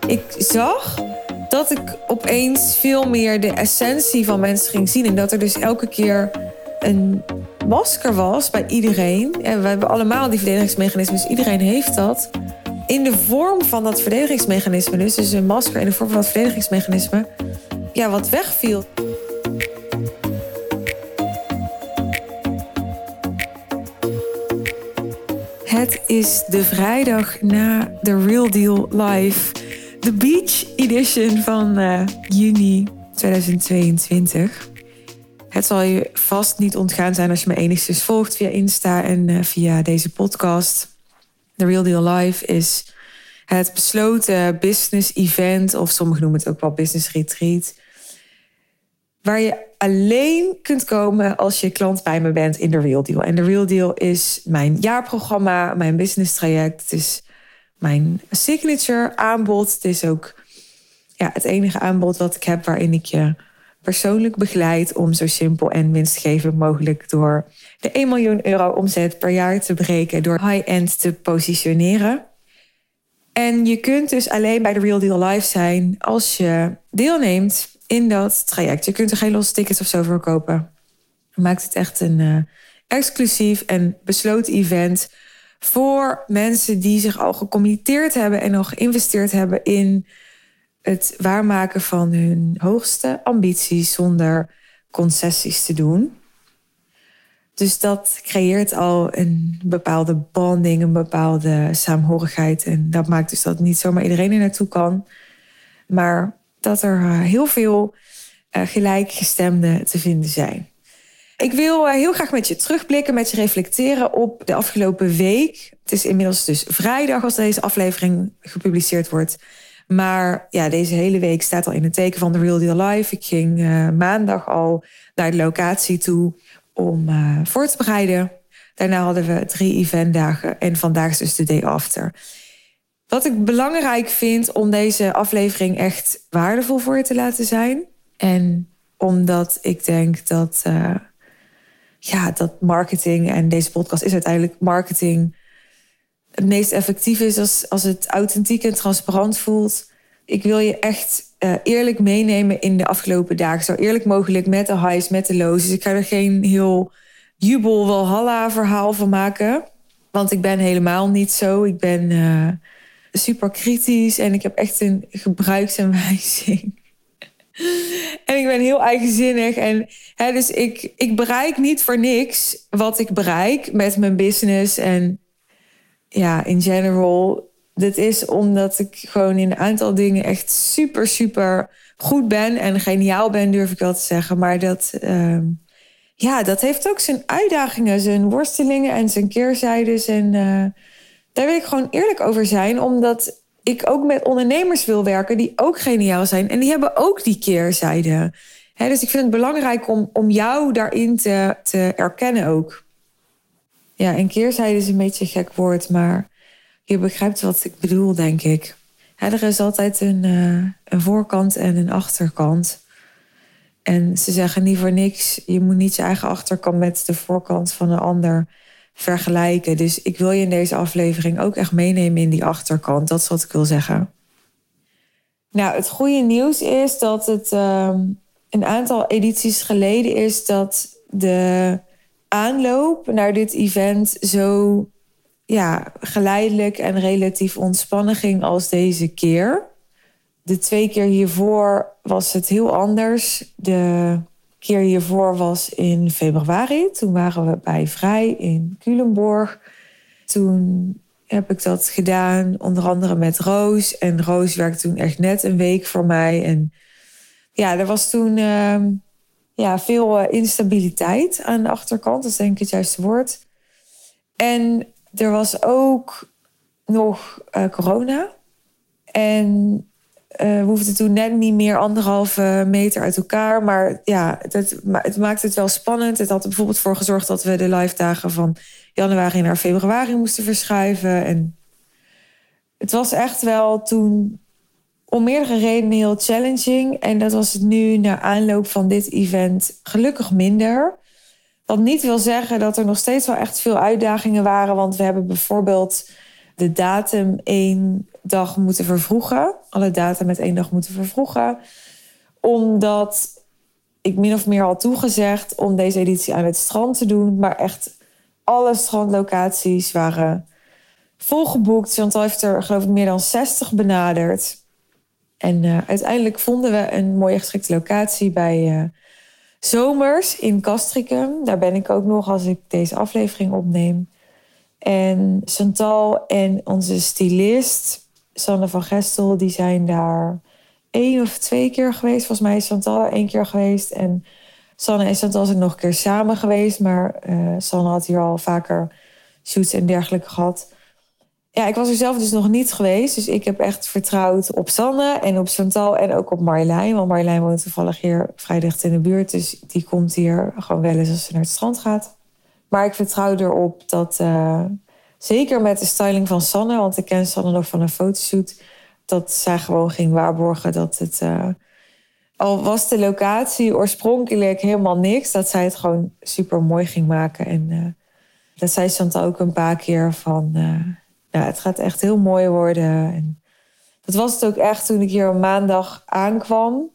Ik zag dat ik opeens veel meer de essentie van mensen ging zien. En dat er dus elke keer een masker was bij iedereen. En we hebben allemaal die verdedigingsmechanismes. Iedereen heeft dat. In de vorm van dat verdedigingsmechanisme. Dus een masker in de vorm van dat verdedigingsmechanisme. Ja, wat wegviel. Het is de vrijdag na de Real Deal Live. De Beach Edition van juni 2022. Het zal je vast niet ontgaan zijn als je me enigszins volgt via Insta en via deze podcast. De Real Deal Live is het besloten business event, of sommigen noemen het ook wel business retreat, waar je alleen kunt komen als je klant bij me bent in de Real Deal. En de Real Deal is mijn jaarprogramma, mijn business traject. Het is mijn signature aanbod. Het is ook het enige aanbod wat ik heb waarin ik je persoonlijk begeleid om zo simpel en winstgevend mogelijk door de 1 miljoen euro omzet per jaar te breken, door high-end te positioneren. En je kunt dus alleen bij de Real Deal Live zijn als je deelneemt in dat traject. Je kunt er geen losse tickets of zo voor kopen. Dat maakt het echt een exclusief en besloten event voor mensen die zich al gecommitteerd hebben en al geïnvesteerd hebben in het waarmaken van hun hoogste ambities zonder concessies te doen. Dus dat creëert al een bepaalde bonding, een bepaalde saamhorigheid. En dat maakt dus dat niet zomaar iedereen er naartoe kan. Maar dat er heel veel gelijkgestemden te vinden zijn. Ik wil heel graag met je terugblikken, met je reflecteren op de afgelopen week. Het is inmiddels dus vrijdag als deze aflevering gepubliceerd wordt. Maar ja, deze hele week staat al in het teken van de Real Deal Live. Ik ging maandag al naar de locatie toe om voor te bereiden. Daarna hadden we 3 eventdagen en vandaag is dus de day after. Wat ik belangrijk vind om deze aflevering echt waardevol voor je te laten zijn. En omdat ik denk dat, dat marketing, en deze podcast is uiteindelijk marketing, het meest effectief is als het authentiek en transparant voelt. Ik wil je echt eerlijk meenemen in de afgelopen dagen. Zo eerlijk mogelijk met de highs, met de lows. Dus ik ga er geen heel jubel walhalla verhaal van maken. Want ik ben helemaal niet zo. Ik ben super kritisch en ik heb echt een gebruiksaanwijzing. En ik ben heel eigenzinnig. En dus ik bereik niet voor niks wat ik bereik met mijn business. En ja, in general, dit is omdat ik gewoon in een aantal dingen echt super, super goed ben. En geniaal ben, durf ik wel te zeggen. Maar dat heeft ook zijn uitdagingen, zijn worstelingen en zijn keerzijdes. En daar wil ik gewoon eerlijk over zijn. Omdat ik ook met ondernemers wil werken die ook geniaal zijn. En die hebben ook die keerzijde. Dus ik vind het belangrijk om jou daarin te erkennen ook. Ja, en keerzijde is een beetje een gek woord, maar je begrijpt wat ik bedoel, denk ik. Er is altijd een voorkant en een achterkant. En ze zeggen niet voor niks, je moet niet je eigen achterkant met de voorkant van een ander vergelijken. Dus ik wil je in deze aflevering ook echt meenemen in die achterkant. Dat is wat ik wil zeggen. Nou, het goede nieuws is dat het een aantal edities geleden is dat de aanloop naar dit event zo geleidelijk en relatief ontspannen ging als deze keer. De 2 keer hiervoor was het heel anders. De keer hiervoor was in februari. Toen waren we bij Vrij in Culemborg. Toen heb ik dat gedaan, onder andere met Roos. En Roos werkte toen echt net een week voor mij. En ja, er was toen veel instabiliteit aan de achterkant. Dat is denk ik het juiste woord. En er was ook nog corona. En we hoefden toen net niet meer 1,5 meter uit elkaar. Maar ja, het maakte het wel spannend. Het had er bijvoorbeeld voor gezorgd dat we de live dagen van januari naar februari moesten verschuiven. En het was echt wel toen om meerdere redenen heel challenging. En dat was het nu na aanloop van dit event gelukkig minder. Wat niet wil zeggen dat er nog steeds wel echt veel uitdagingen waren. Want we hebben bijvoorbeeld de datum 1 dag moeten vervroegen. Alle data met 1 dag moeten vervroegen. Omdat ik min of meer had toegezegd om deze editie aan het strand te doen. Maar echt alle strandlocaties waren volgeboekt. Chantal heeft er geloof ik meer dan 60 benaderd. En uiteindelijk vonden we een mooie geschikte locatie bij Zomers in Castricum. Daar ben ik ook nog als ik deze aflevering opneem. En Chantal en onze stylist, Sanne van Gestel, die zijn daar 1 of 2 keer geweest. Volgens mij is Chantal er 1 keer geweest. En Sanne en Chantal zijn nog een keer samen geweest. Maar Sanne had hier al vaker shoots en dergelijke gehad. Ja, ik was er zelf dus nog niet geweest. Dus ik heb echt vertrouwd op Sanne en op Chantal en ook op Marjolein. Want Marjolein woont toevallig hier vrij dicht in de buurt. Dus die komt hier gewoon wel eens als ze naar het strand gaat. Maar ik vertrouw erop dat, zeker met de styling van Sanne... want ik ken Sanne nog van een fotoshoot... dat zij gewoon ging waarborgen dat het... al was de locatie oorspronkelijk helemaal niks... dat zij het gewoon super mooi ging maken. En dat zei Chantal ook een paar keer van... ja, het gaat echt heel mooi worden. En dat was het ook echt toen ik hier op maandag aankwam.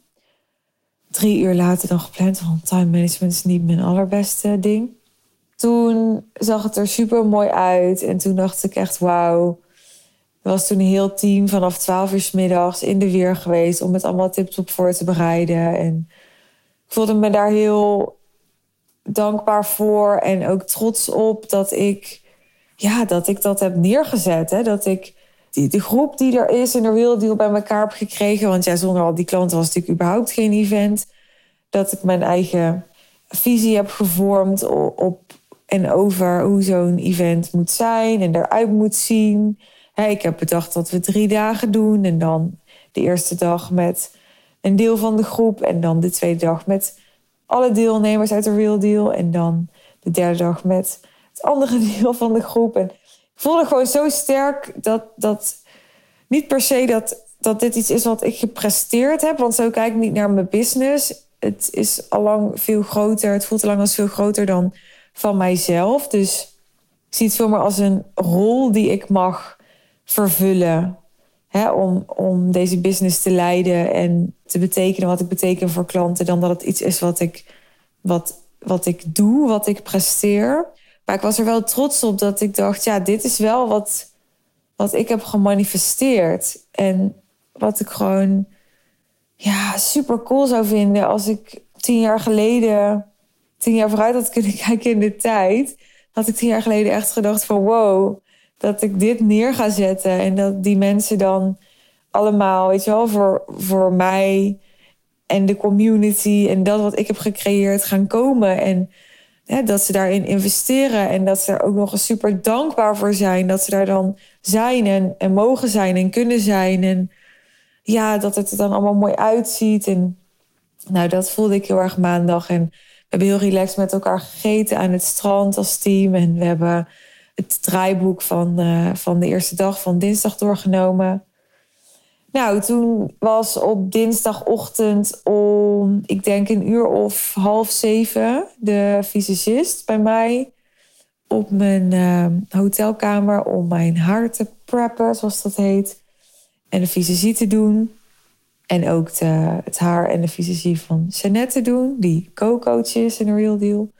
3 uur later dan gepland, want time management is niet mijn allerbeste ding. Toen zag het er super mooi uit. En toen dacht ik echt, wauw. Er was toen een heel team vanaf 12 uur 's middags in de weer geweest... om het allemaal tip-top voor te bereiden. En ik voelde me daar heel dankbaar voor. En ook trots op dat ik dat heb neergezet. Hè? Dat ik de groep die er is in de Real Deal bij elkaar heb gekregen. Want ja, zonder al die klanten was het natuurlijk überhaupt geen event. Dat ik mijn eigen visie heb gevormd op en over hoe zo'n event moet zijn en eruit moet zien. Ik heb bedacht dat we 3 dagen doen. En dan de eerste dag met een deel van de groep. En dan de tweede dag met alle deelnemers uit de Real Deal. En dan de derde dag met het andere deel van de groep. En ik voelde gewoon zo sterk dat niet per se dat dit iets is wat ik gepresteerd heb. Want zo kijk ik niet naar mijn business. Het is allang veel groter. Het voelt allang als veel groter dan van mijzelf. Dus ik zie het veel meer als een rol die ik mag vervullen. Om deze business te leiden en te betekenen wat ik beteken voor klanten. Dan dat het iets is wat ik doe, wat ik presteer. Maar ik was er wel trots op dat ik dacht... ja, dit is wel wat ik heb gemanifesteerd. En wat ik gewoon super cool zou vinden... als ik 10 jaar geleden... 10 jaar vooruit had kunnen kijken in de tijd... had ik 10 jaar geleden echt gedacht van... wow, dat ik dit neer ga zetten. En dat die mensen dan allemaal, weet je wel... voor mij en de community... en dat wat ik heb gecreëerd gaan komen... en dat ze daarin investeren en dat ze er ook nog eens super dankbaar voor zijn. Dat ze daar dan zijn en mogen zijn en kunnen zijn. En ja, dat het er dan allemaal mooi uitziet. En nou, dat voelde ik heel erg maandag. En we hebben heel relaxed met elkaar gegeten aan het strand als team. En we hebben het draaiboek van de eerste dag van dinsdag doorgenomen. Nou, toen was op dinsdagochtend om, ik denk 6:30... de visagist bij mij op mijn hotelkamer... om mijn haar te preppen, zoals dat heet. En de visagie te doen. En ook het haar en de visagie van Jeannette te doen... die co-coach is in de Real Deal.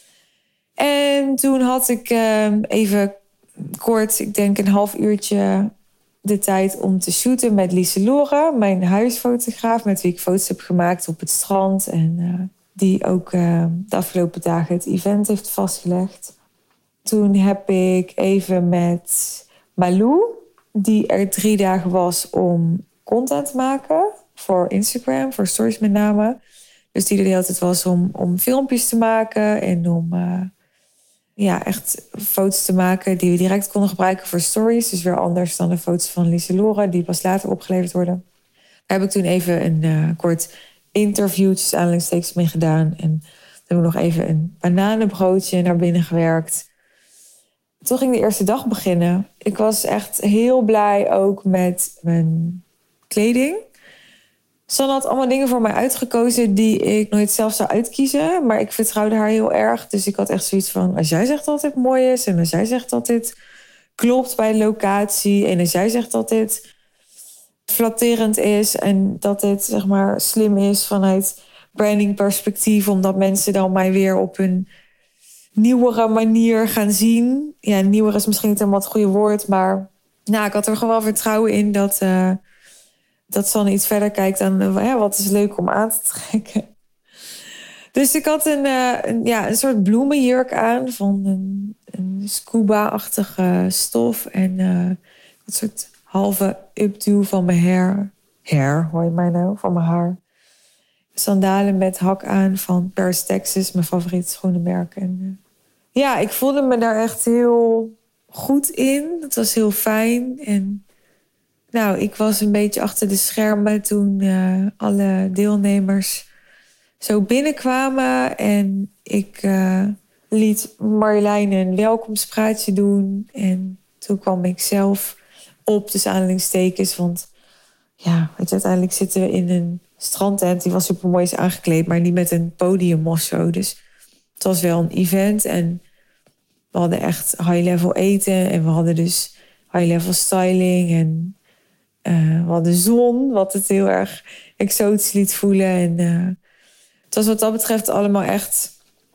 En toen had ik even kort, ik denk een half uurtje... de tijd om te shooten met Lieselore, mijn huisfotograaf... met wie ik foto's heb gemaakt op het strand... en die ook de afgelopen dagen het event heeft vastgelegd. Toen heb ik even met Malou, die er 3 dagen was om content te maken... voor Instagram, voor stories met name. Dus die er de hele tijd was om filmpjes te maken... en om echt foto's te maken die we direct konden gebruiken voor stories. Dus weer anders dan de foto's van Lieselore, die pas later opgeleverd worden. Daar heb ik toen even een kort interviewtjes aanhalingstekens mee gedaan. En dan heb ik nog even een bananenbroodje naar binnen gewerkt. Toen ging de eerste dag beginnen. Ik was echt heel blij ook met mijn kleding. Sanne had allemaal dingen voor mij uitgekozen die ik nooit zelf zou uitkiezen. Maar ik vertrouwde haar heel erg. Dus ik had echt zoiets van, als jij zegt dat dit mooi is... en als jij zegt dat dit klopt bij de locatie. En als jij zegt dat dit flatterend is en dat dit zeg maar slim is vanuit branding perspectief, omdat mensen dan mij weer op een nieuwere manier gaan zien. Ja, nieuwer is misschien niet helemaal het goede woord, maar nou, ik had er gewoon wel vertrouwen in dat Sanne iets verder kijkt dan wat is leuk om aan te trekken. Dus ik had een soort bloemenjurk aan van een scuba-achtige stof en een soort halve updo van mijn hair, hoor je mij nou, van mijn haar. Sandalen met hak aan van Paris, Texas, mijn favoriete schoenenmerk. En ik voelde me daar echt heel goed in. Het was heel fijn. En nou, ik was een beetje achter de schermen toen alle deelnemers zo binnenkwamen. En ik liet Marjolein een welkomstpraatje doen. En toen kwam ik zelf op, dus aanhalingstekens. Want ja, uiteindelijk zitten we in een strandtent. Die was super mooi, is aangekleed, maar niet met een podium of zo. Dus het was wel een event. En we hadden echt high-level eten. En we hadden dus high-level styling. En we hadden zon, wat het heel erg exotisch liet voelen. En het was wat dat betreft allemaal echt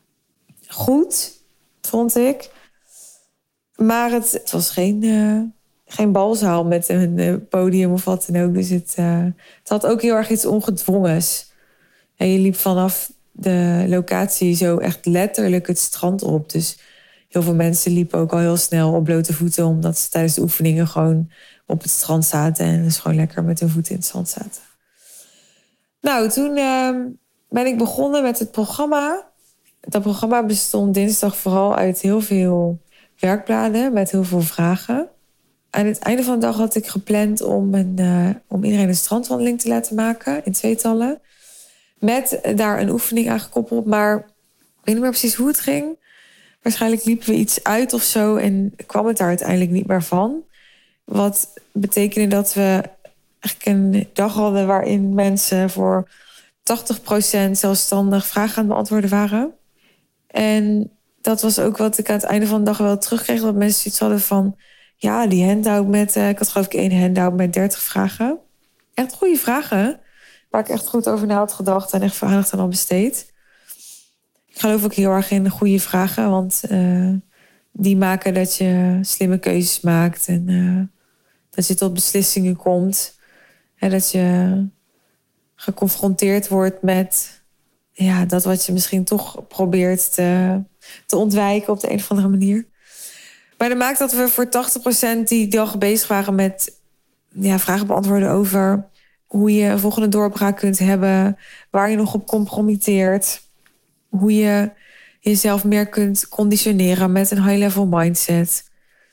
goed, vond ik. Maar het was geen balzaal met een podium of wat dan ook. Dus het had ook heel erg iets ongedwongens. En je liep vanaf de locatie zo echt letterlijk het strand op. Dus heel veel mensen liepen ook al heel snel op blote voeten, omdat ze tijdens de oefeningen gewoon op het strand zaten en dus gewoon lekker met hun voeten in het zand zaten. Nou, toen ben ik begonnen met het programma. Dat programma bestond dinsdag vooral uit heel veel werkbladen met heel veel vragen. Aan het einde van de dag had ik gepland om iedereen een strandwandeling te laten maken in tweetallen. Met daar een oefening aan gekoppeld, maar ik weet niet meer precies hoe het ging. Waarschijnlijk liepen we iets uit of zo en kwam het daar uiteindelijk niet meer van. Wat betekende dat we eigenlijk een dag hadden waarin mensen voor 80% zelfstandig vragen aan het beantwoorden waren. En dat was ook wat ik aan het einde van de dag wel terugkreeg. Dat mensen iets hadden van, ja, die handout met... ik had geloof ik 1 handout met 30 vragen. Echt goede vragen, waar ik echt goed over na had gedacht en echt veel aandacht aan al besteed. Ik geloof ook heel erg in goede vragen, want die maken dat je slimme keuzes maakt en dat je tot beslissingen komt. En dat je geconfronteerd wordt met dat wat je misschien toch probeert te ontwijken op de een of andere manier. Maar dat maakt dat we voor 80% die dag bezig waren met vragen beantwoorden over hoe je een volgende doorbraak kunt hebben, waar je nog op compromitteert, hoe je jezelf meer kunt conditioneren met een high-level mindset.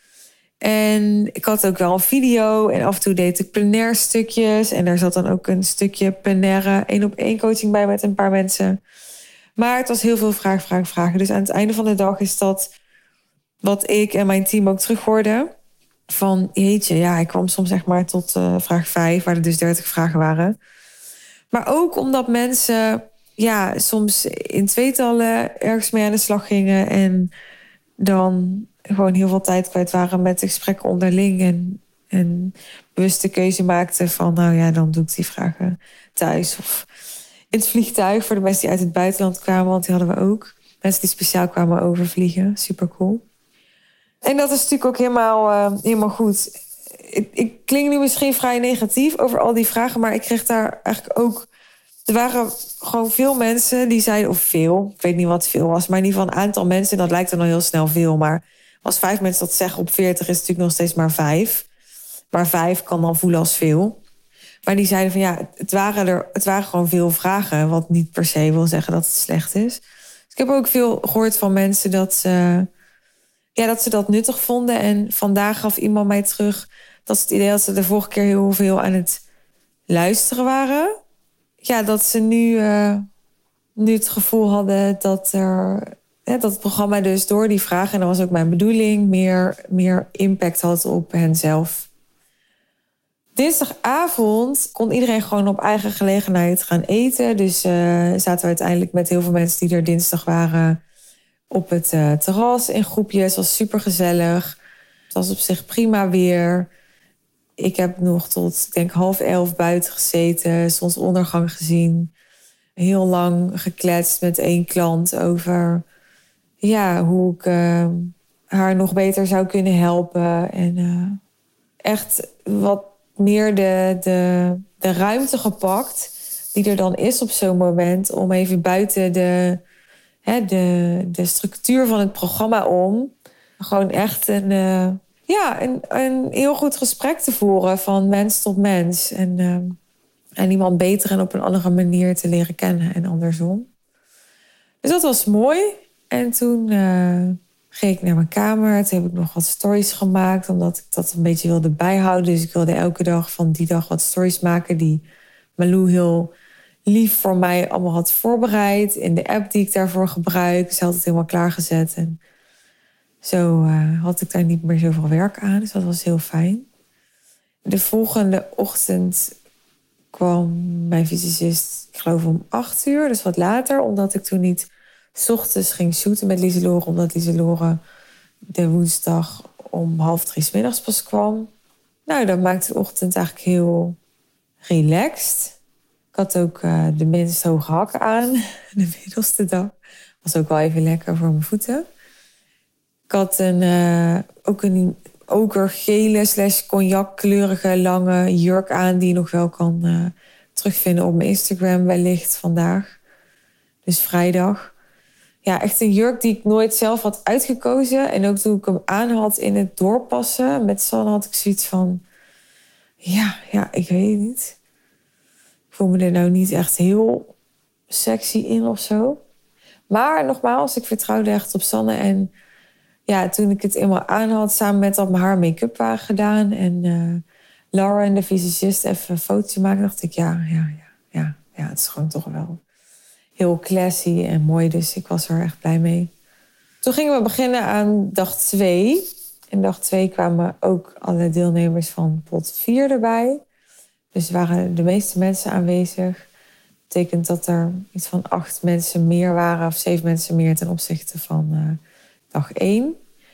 En ik had ook wel een video en af en toe deed ik plenair stukjes. En daar zat dan ook een stukje plenaire 1-op-1 coaching bij met een paar mensen. Maar het was heel veel vragen. Dus aan het einde van de dag is dat wat ik en mijn team ook terughoorden. Van jeetje, ik kwam soms zeg maar tot vraag 5, waar er dus 30 vragen waren. Maar ook omdat mensen soms in tweetallen ergens mee aan de slag gingen en dan gewoon heel veel tijd kwijt waren met de gesprekken onderling en bewuste keuze maakten van dan doe ik die vragen thuis of in het vliegtuig voor de mensen die uit het buitenland kwamen, want die hadden we ook. Mensen die speciaal kwamen overvliegen, super cool. En dat is natuurlijk ook helemaal goed. Ik klink nu misschien vrij negatief over al die vragen, maar ik kreeg daar eigenlijk ook... Er waren gewoon veel mensen die zeiden, of veel, ik weet niet wat veel was, maar in ieder geval een aantal mensen, dat lijkt dan al heel snel veel, maar als 5 mensen dat zeggen op 40 is het natuurlijk nog steeds maar 5. Maar 5 kan dan voelen als veel. Maar die zeiden van het waren gewoon veel vragen, wat niet per se wil zeggen dat het slecht is. Dus ik heb ook veel gehoord van mensen dat ze dat nuttig vonden. En vandaag gaf iemand mij terug dat ze het idee dat ze de vorige keer heel veel aan het luisteren waren. Ja, dat ze nu het gevoel hadden dat het programma dus door die vragen, en dat was ook mijn bedoeling, meer impact had op henzelf. Dinsdagavond kon iedereen gewoon op eigen gelegenheid gaan eten. Dus zaten we uiteindelijk met heel veel mensen die er dinsdag waren op het terras in groepjes. Het was super gezellig. Het was op zich prima weer. Ik heb nog tot, ik denk 10:30 buiten gezeten, zonsondergang gezien. Heel lang gekletst met 1 klant over hoe ik haar nog beter zou kunnen helpen. En echt wat meer de ruimte gepakt die er dan is op zo'n moment, om even buiten de structuur van het programma om gewoon echt een heel goed gesprek te voeren van mens tot mens. En iemand beter en op een andere manier te leren kennen en andersom. Dus dat was mooi. En toen ging ik naar mijn kamer. Toen heb ik nog wat stories gemaakt, omdat ik dat een beetje wilde bijhouden. Dus ik wilde elke dag van die dag wat stories maken die Malou heel lief voor mij allemaal had voorbereid. In de app die ik daarvoor gebruik. Ze had het helemaal klaargezet. En zo had ik daar niet meer zoveel werk aan. Dus dat was heel fijn. De volgende ochtend kwam mijn fysicist, ik geloof om 8:00. Dus wat later, omdat ik toen niet 's ochtends ging shooten met Lieselore, omdat Lieselore de woensdag om 2:30 's middags pas kwam. Nou, dat maakte de ochtend eigenlijk heel relaxed. Ik had ook de minst hoge hakken aan, de middelste dag. Was ook wel even lekker voor mijn voeten. Ik had ook een okergele / cognackleurige lange jurk aan, die je nog wel kan terugvinden op mijn Instagram wellicht vandaag. Dus vrijdag. Ja, echt een jurk die ik nooit zelf had uitgekozen. En ook toen ik hem aan had in het doorpassen met Sanne, had ik zoiets van, ja, ik weet het niet. Ik voel me er nou niet echt heel sexy in of zo. Maar nogmaals, ik vertrouwde echt op Sanne. En ja, toen ik het eenmaal aan had, samen met dat mijn haar make-up waren gedaan en Laura en de fysicist even een fotootje maken, dacht ik, ja, het is gewoon toch wel heel classy en mooi. Dus ik was er echt blij mee. Toen gingen we beginnen aan dag 2. In dag 2 kwamen ook alle deelnemers van pot 4 erbij. Dus waren de meeste mensen aanwezig. Dat betekent dat er iets van 8 mensen meer waren, of 7 mensen meer ten opzichte van dag 1.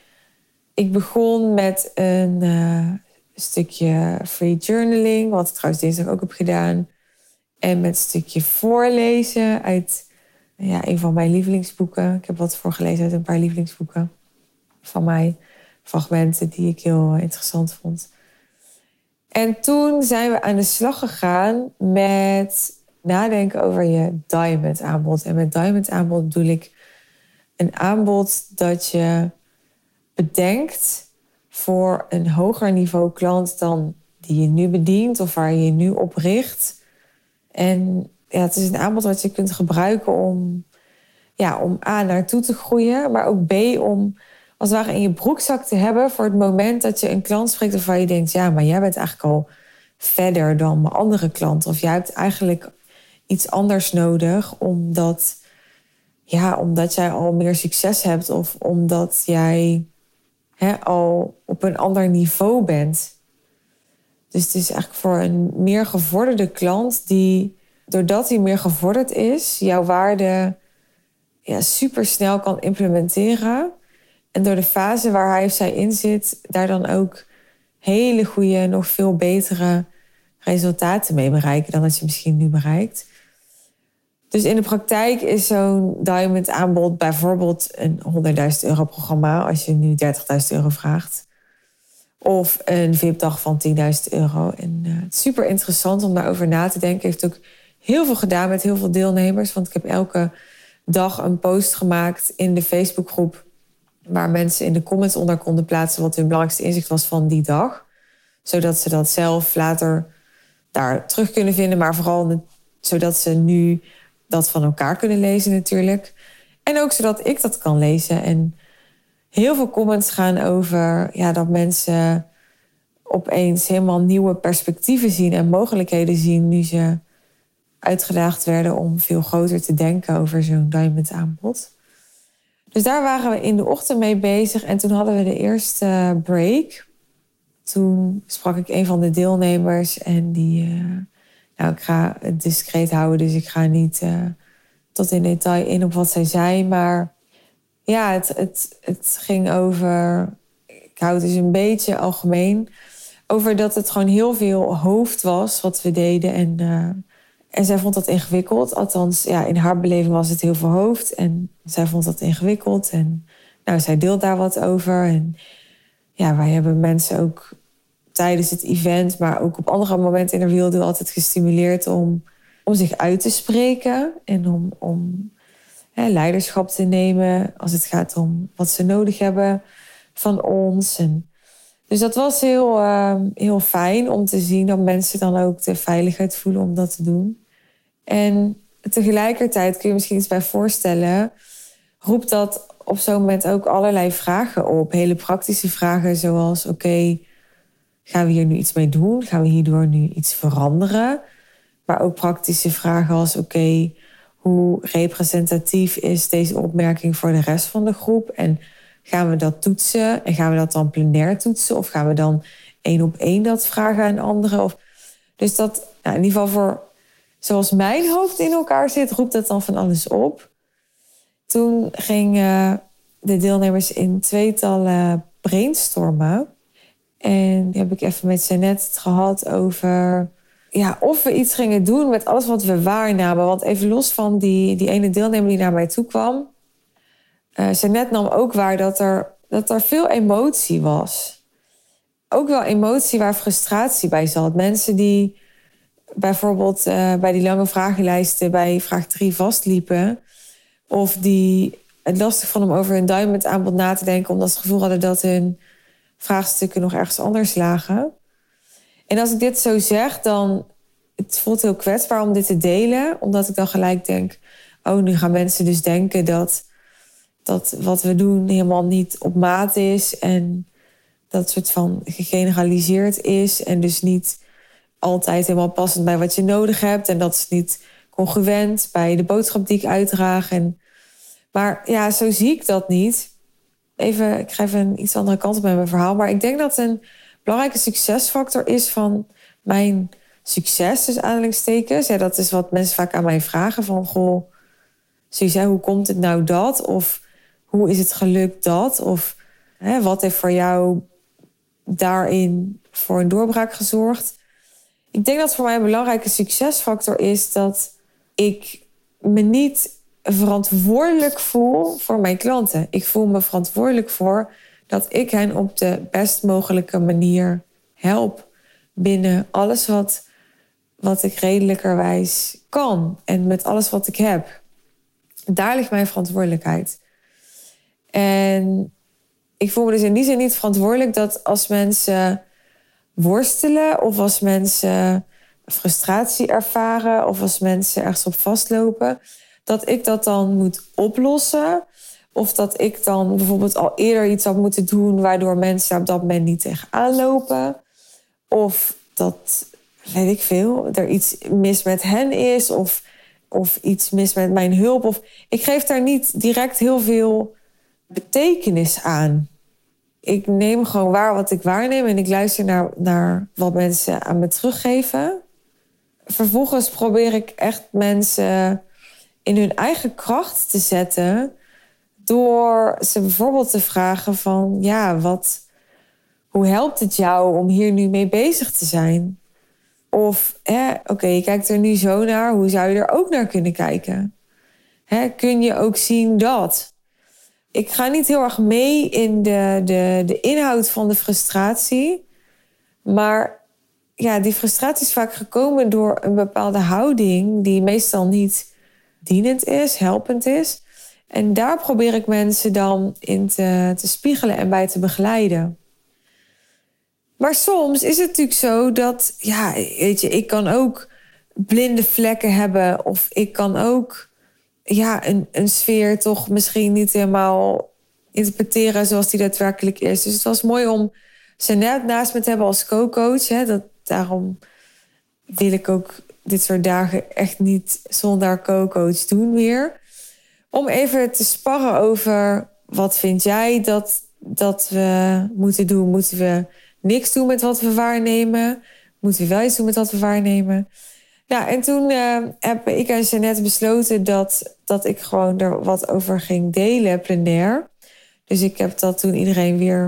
Ik begon met een stukje free journaling, wat ik trouwens dinsdag ook heb gedaan. En met een stukje voorlezen uit een van mijn lievelingsboeken. Ik heb wat voorgelezen uit een paar lievelingsboeken van mij. Fragmenten die ik heel interessant vond. En toen zijn we aan de slag gegaan met nadenken over je diamond aanbod. En met diamond aanbod bedoel ik een aanbod dat je bedenkt voor een hoger niveau klant dan die je nu bedient of waar je je nu op richt. En ja, het is een aanbod wat je kunt gebruiken om A, naartoe te groeien, maar ook B, om als het ware in je broekzak te hebben voor het moment dat je een klant spreekt waarvan je denkt, ja, maar jij bent eigenlijk al verder dan mijn andere klanten. Of jij hebt eigenlijk iets anders nodig omdat jij al meer succes hebt of omdat jij al op een ander niveau bent. Dus het is eigenlijk voor een meer gevorderde klant die, doordat hij meer gevorderd is, jouw waarde super snel kan implementeren. En door de fase waar hij of zij in zit, daar dan ook hele goede, nog veel betere resultaten mee bereiken dan dat je misschien nu bereikt. Dus in de praktijk is zo'n diamond aanbod bijvoorbeeld een €100.000 programma als je nu €30.000 vraagt. Of een VIP-dag van €10.000. En het is super interessant om daarover na te denken. Heeft ook heel veel gedaan met heel veel deelnemers. Want ik heb elke dag een post gemaakt in de Facebookgroep waar mensen in de comments onder konden plaatsen wat hun belangrijkste inzicht was van die dag. Zodat ze dat zelf later daar terug kunnen vinden. Maar vooral zodat ze nu dat van elkaar kunnen lezen natuurlijk. En ook zodat ik dat kan lezen. En heel veel comments gaan over dat mensen opeens helemaal nieuwe perspectieven zien en mogelijkheden zien nu ze uitgedaagd werden om veel groter te denken over zo'n diamond aanbod. Dus daar waren we in de ochtend mee bezig en toen hadden we de eerste break. Toen sprak ik een van de deelnemers en die, ik ga het discreet houden, dus ik ga niet tot in detail in op wat zij zei, maar ja, het ging over ik hou het dus een beetje algemeen over dat het gewoon heel veel hoofd was wat we deden. En zij vond dat ingewikkeld. Althans, ja, in haar beleving was het heel veel hoofd. En zij vond dat ingewikkeld. En nou, zij deelt daar wat over. En ja, wij hebben mensen ook tijdens het event, maar ook op andere momenten in de Real Deal altijd gestimuleerd om zich uit te spreken. En om leiderschap te nemen als het gaat om wat ze nodig hebben van ons. Dus dat was heel fijn om te zien dat mensen dan ook de veiligheid voelen om dat te doen. En tegelijkertijd kun je misschien iets bij voorstellen, roept dat op zo'n moment ook allerlei vragen op. Hele praktische vragen zoals, oké, gaan we hier nu iets mee doen? Gaan we hierdoor nu iets veranderen? Maar ook praktische vragen als, oké, hoe representatief is deze opmerking voor de rest van de groep? En gaan we dat toetsen? En gaan we dat dan plenair toetsen? Of gaan we dan 1-op-1 dat vragen aan anderen? Dus dat, nou, in ieder geval voor zoals mijn hoofd in elkaar zit, roept dat dan van alles op. Toen gingen de deelnemers in tweetallen brainstormen. En die heb ik even met Jeannette gehad over of we iets gingen doen met alles wat we waarnamen. Want even los van die ene deelnemer die naar mij toe kwam. Jeannette nam ook waar dat er veel emotie was. Ook wel emotie waar frustratie bij zat. Mensen die bijvoorbeeld bij die lange vragenlijsten bij vraag 3 vastliepen. Of die het lastig vonden om over hun duim met aanbod na te denken, omdat ze het gevoel hadden dat hun vraagstukken nog ergens anders lagen. En als ik dit zo zeg, dan het voelt heel kwetsbaar om dit te delen. Omdat ik dan gelijk denk, nu gaan mensen dus denken dat wat we doen helemaal niet op maat is. En dat het soort van gegeneraliseerd is. En dus niet altijd helemaal passend bij wat je nodig hebt. En dat is niet congruent bij de boodschap die ik uitdraag. Maar ja, zo zie ik dat niet. Ik ga even een iets andere kant op met mijn verhaal. Maar ik denk dat een belangrijke succesfactor is van mijn succes, dus aanhalingstekens. Ja, dat is wat mensen vaak aan mij vragen. Van, goh, zoals jij, hoe komt het nou dat? Of hoe is het gelukt dat? Of wat heeft voor jou daarin voor een doorbraak gezorgd? Ik denk dat voor mij een belangrijke succesfactor is dat ik me niet verantwoordelijk voel voor mijn klanten. Ik voel me verantwoordelijk voor dat ik hen op de best mogelijke manier help binnen alles wat ik redelijkerwijs kan en met alles wat ik heb. Daar ligt mijn verantwoordelijkheid. En ik voel me dus in die zin niet verantwoordelijk dat als mensen worstelen of als mensen frustratie ervaren of als mensen ergens op vastlopen, dat ik dat dan moet oplossen. Of dat ik dan bijvoorbeeld al eerder iets had moeten doen waardoor mensen op dat moment niet tegenaan lopen. Of dat, weet ik veel, er iets mis met hen is of iets mis met mijn hulp. Of ik geef daar niet direct heel veel betekenis aan. Ik neem gewoon waar wat ik waarneem en ik luister naar wat mensen aan me teruggeven. Vervolgens probeer ik echt mensen in hun eigen kracht te zetten door ze bijvoorbeeld te vragen van, hoe helpt het jou om hier nu mee bezig te zijn? Of, oké, je kijkt er nu zo naar, hoe zou je er ook naar kunnen kijken? Kun je ook zien dat? Ik ga niet heel erg mee in de inhoud van de frustratie. Maar ja, die frustratie is vaak gekomen door een bepaalde houding die meestal niet dienend is, helpend is. En daar probeer ik mensen dan in te spiegelen en bij te begeleiden. Maar soms is het natuurlijk zo dat, ik kan ook blinde vlekken hebben. Of ik kan ook een sfeer toch misschien niet helemaal interpreteren zoals die daadwerkelijk is. Dus het was mooi om Jeannette naast me te hebben als co-coach. Daarom wil ik ook dit soort dagen echt niet zonder co-coach doen weer. Om even te sparren over, wat vind jij dat we moeten doen? Moeten we niks doen met wat we waarnemen? Moeten we wel iets doen met wat we waarnemen? Ja, en toen heb ik en Jeannette besloten dat ik gewoon er wat over ging delen, plenair. Dus ik heb dat toen iedereen weer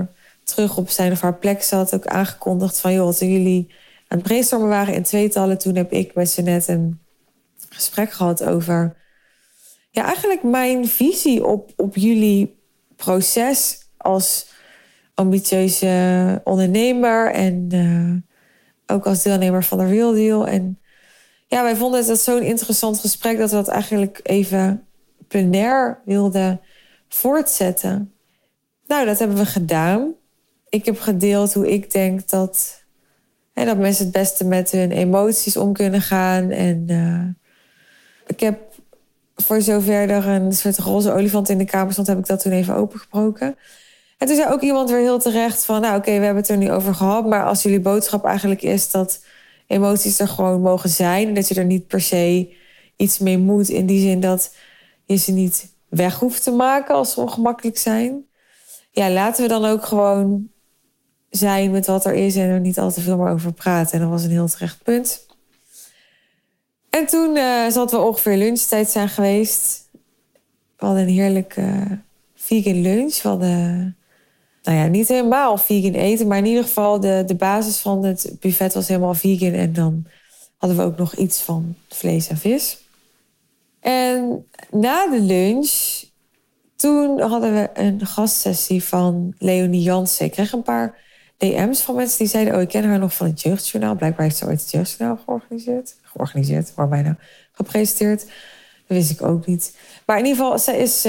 terug op zijn of haar plek zat, ook aangekondigd van, joh, toen jullie aan het brainstormen waren in tweetallen, toen heb ik met Jeanette een gesprek gehad over eigenlijk mijn visie op jullie proces als ambitieuze ondernemer en ook als deelnemer van de Real Deal. En wij vonden het zo'n interessant gesprek dat we dat eigenlijk even plenair wilden voortzetten. Nou, dat hebben we gedaan. Ik heb gedeeld hoe ik denk dat mensen het beste met hun emoties om kunnen gaan. En ik heb voor zover er een soort roze olifant in de kamer stond, heb ik dat toen even opengebroken. En toen zei ook iemand weer heel terecht van, nou oké, we hebben het er nu over gehad, maar als jullie boodschap eigenlijk is dat emoties er gewoon mogen zijn en dat je er niet per se iets mee moet, in die zin dat je ze niet weg hoeft te maken als ze ongemakkelijk zijn. Ja, laten we dan ook gewoon zijn met wat er is en er niet al te veel meer over praten. En dat was een heel terecht punt. En toen zal het wel ongeveer lunchtijd zijn geweest. We hadden een heerlijke vegan lunch. We hadden, niet helemaal vegan eten, maar in ieder geval de basis van het buffet was helemaal vegan. En dan hadden we ook nog iets van vlees en vis. En na de lunch, toen hadden we een gastsessie van Leonie Jansen. Ik kreeg een paar DM's van mensen die zeiden, ik ken haar nog van het Jeugdjournaal. Blijkbaar heeft ze ooit het Jeugdjournaal georganiseerd, waar mij nou gepresenteerd. Dat wist ik ook niet. Maar in ieder geval, zij is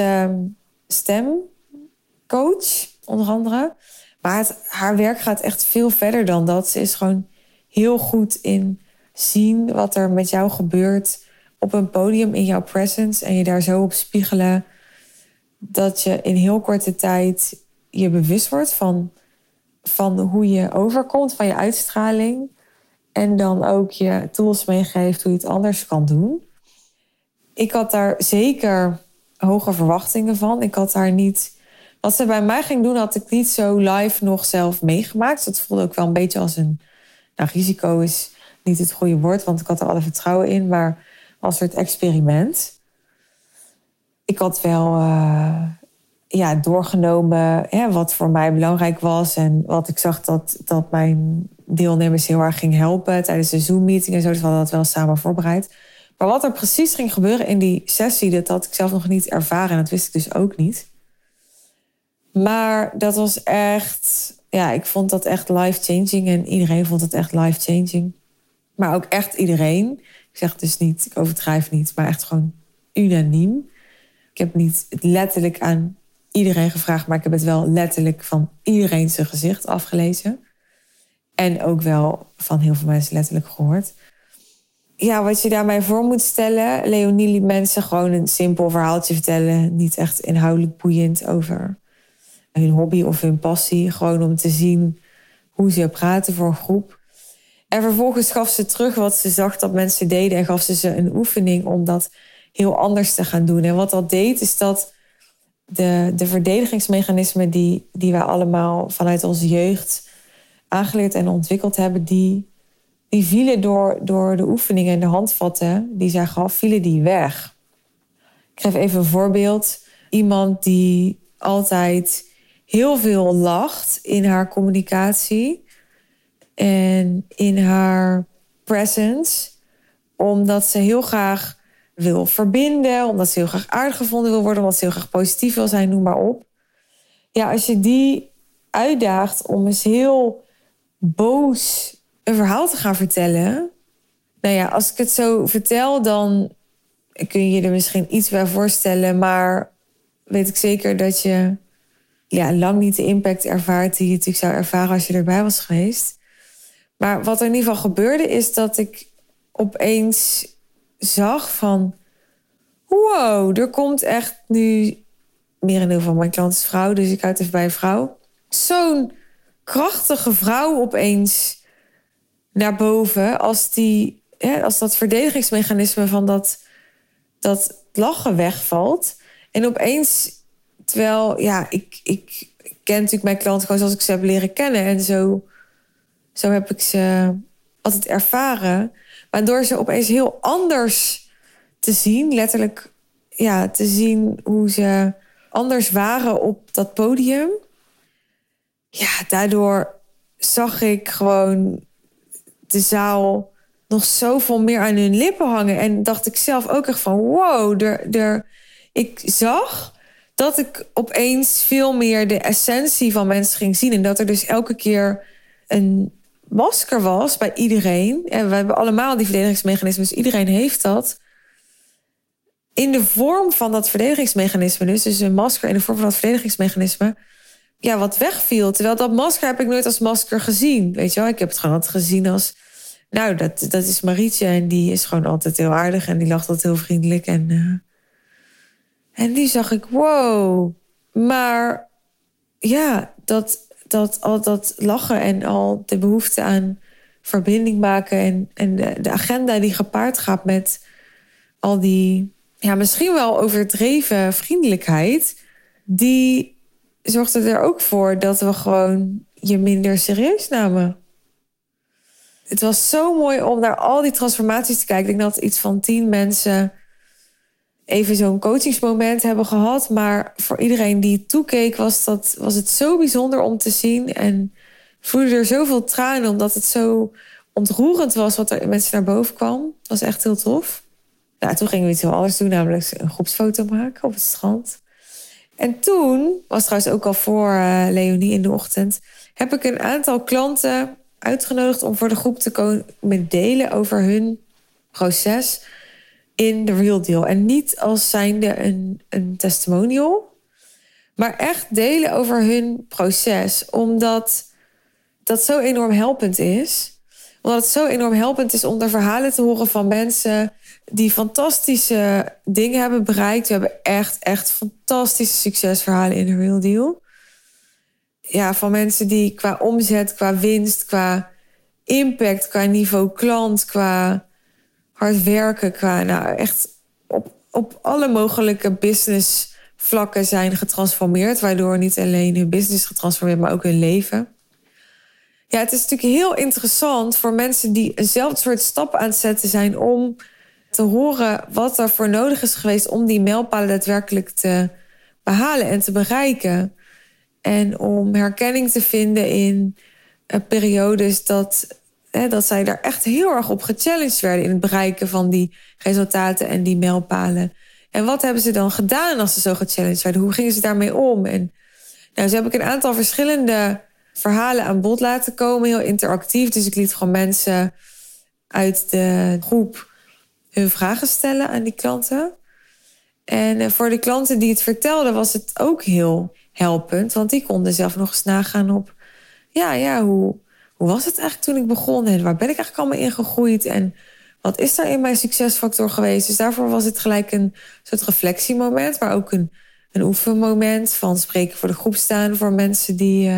stemcoach, onder andere. Maar haar werk gaat echt veel verder dan dat. Ze is gewoon heel goed in zien wat er met jou gebeurt op een podium in jouw presence en je daar zo op spiegelen dat je in heel korte tijd je bewust wordt van hoe je overkomt, van je uitstraling. En dan ook je tools meegeeft hoe je het anders kan doen. Ik had daar zeker hoge verwachtingen van. Ik had daar niet... Wat ze bij mij ging doen, had ik niet zo live nog zelf meegemaakt. Dus dat voelde ook wel een beetje als een... risico is niet het goede woord, want ik had er alle vertrouwen in. Maar als een soort experiment. Ik had wel doorgenomen wat voor mij belangrijk was. En wat ik zag dat mijn deelnemers heel erg ging helpen tijdens de Zoom-meeting en zo. Dus we hadden dat wel samen voorbereid. Maar wat er precies ging gebeuren in die sessie, dat had ik zelf nog niet ervaren. En dat wist ik dus ook niet. Maar dat was echt... Ja, ik vond dat echt life-changing. En iedereen vond het echt life-changing. Maar ook echt iedereen. Ik zeg dus niet, ik overdrijf niet, maar echt gewoon unaniem. Ik heb niet letterlijk aan iedereen gevraagd, maar ik heb het wel letterlijk van iedereen zijn gezicht afgelezen. En ook wel van heel veel mensen letterlijk gehoord. Ja, wat je daarbij voor moet stellen. Leonie liet mensen gewoon een simpel verhaaltje vertellen. Niet echt inhoudelijk boeiend over hun hobby of hun passie. Gewoon om te zien hoe ze praten voor een groep. En vervolgens gaf ze terug wat ze zag dat mensen deden. En gaf ze een oefening om dat heel anders te gaan doen. En wat dat deed, is dat de verdedigingsmechanismen die wij allemaal vanuit onze jeugd aangeleerd en ontwikkeld hebben, die vielen door de oefeningen en de handvatten die zij gaf, vielen die weg. Ik geef even een voorbeeld. Iemand die altijd heel veel lacht in haar communicatie en in haar presence, omdat ze heel graag wil verbinden, omdat ze heel graag aardig gevonden wil worden, omdat ze heel graag positief wil zijn, noem maar op. Ja, als je die uitdaagt om eens heel boos een verhaal te gaan vertellen. Nou ja, als ik het zo vertel, dan kun je je er misschien iets bij voorstellen, maar weet ik zeker dat je lang niet de impact ervaart die je natuurlijk zou ervaren als je erbij was geweest. Maar wat er in ieder geval gebeurde, is dat ik opeens zag van, wow, er komt echt nu, merendeel van mijn klant is vrouw, dus ik houd even bij een vrouw, zo'n krachtige vrouw opeens naar boven als dat verdedigingsmechanisme van dat lachen wegvalt. En opeens, terwijl, ik ken natuurlijk mijn klanten gewoon zoals ik ze heb leren kennen. En zo heb ik ze altijd ervaren. Maar door ze opeens heel anders te zien, letterlijk te zien hoe ze anders waren op dat podium, daardoor zag ik gewoon de zaal nog zoveel meer aan hun lippen hangen. En dacht ik zelf ook echt van wow, ik zag dat ik opeens veel meer de essentie van mensen ging zien. En dat er dus elke keer een masker was bij iedereen. En we hebben allemaal die verdedigingsmechanismen, dus iedereen heeft dat. In de vorm van dat verdedigingsmechanisme, dus een masker in de vorm van dat verdedigingsmechanisme, wat wegviel. Terwijl dat masker heb ik nooit als masker gezien. Weet je wel, ik heb het gewoon altijd gezien als, nou, dat is Marietje en die is gewoon altijd heel aardig en die lacht altijd heel vriendelijk. En die zag ik, wow. Maar al dat lachen en al de behoefte aan verbinding maken en de agenda die gepaard gaat met al die, misschien wel overdreven vriendelijkheid, die zorgde er ook voor dat we gewoon je minder serieus namen. Het was zo mooi om naar al die transformaties te kijken. Ik denk dat iets van 10 mensen even zo'n coachingsmoment hebben gehad. Maar voor iedereen die toekeek was het zo bijzonder om te zien. En voelde er zoveel tranen omdat het zo ontroerend was wat er mensen naar boven kwam. Dat was echt heel tof. Toen gingen we iets heel anders doen, namelijk een groepsfoto maken op het strand. En toen, was trouwens ook al voor Leonie in de ochtend, heb ik een aantal klanten uitgenodigd om voor de groep te komen delen over hun proces in The Real Deal. En niet als zijnde een testimonial, maar echt delen over hun proces. Omdat dat zo enorm helpend is. Omdat het zo enorm helpend is om de verhalen te horen van mensen die fantastische dingen hebben bereikt. We hebben echt fantastische succesverhalen in The Real Deal. Ja, van mensen die qua omzet, qua winst, qua impact, qua niveau klant, qua hard werken, qua echt op alle mogelijke business vlakken zijn getransformeerd. Waardoor niet alleen hun business getransformeerd, maar ook hun leven. Ja, het is natuurlijk heel interessant voor mensen die eenzelfde soort stap aan het zetten zijn om te horen wat er voor nodig is geweest om die mijlpalen daadwerkelijk te behalen en te bereiken. En om herkenning te vinden in periodes dat zij daar echt heel erg op gechallenged werden in het bereiken van die resultaten en die mijlpalen. En wat hebben ze dan gedaan als ze zo gechallenged werden? Hoe gingen ze daarmee om? En zo heb ik een aantal verschillende verhalen aan bod laten komen, heel interactief. Dus ik liet gewoon mensen uit de groep hun vragen stellen aan die klanten. En voor de klanten die het vertelden was het ook heel helpend. Want die konden zelf nog eens nagaan op, hoe was het eigenlijk toen ik begon? En waar ben ik eigenlijk allemaal in gegroeid? En wat is er in mijn succesfactor geweest? Dus daarvoor was het gelijk een soort reflectiemoment, maar ook een oefenmoment van spreken voor de groep staan voor mensen die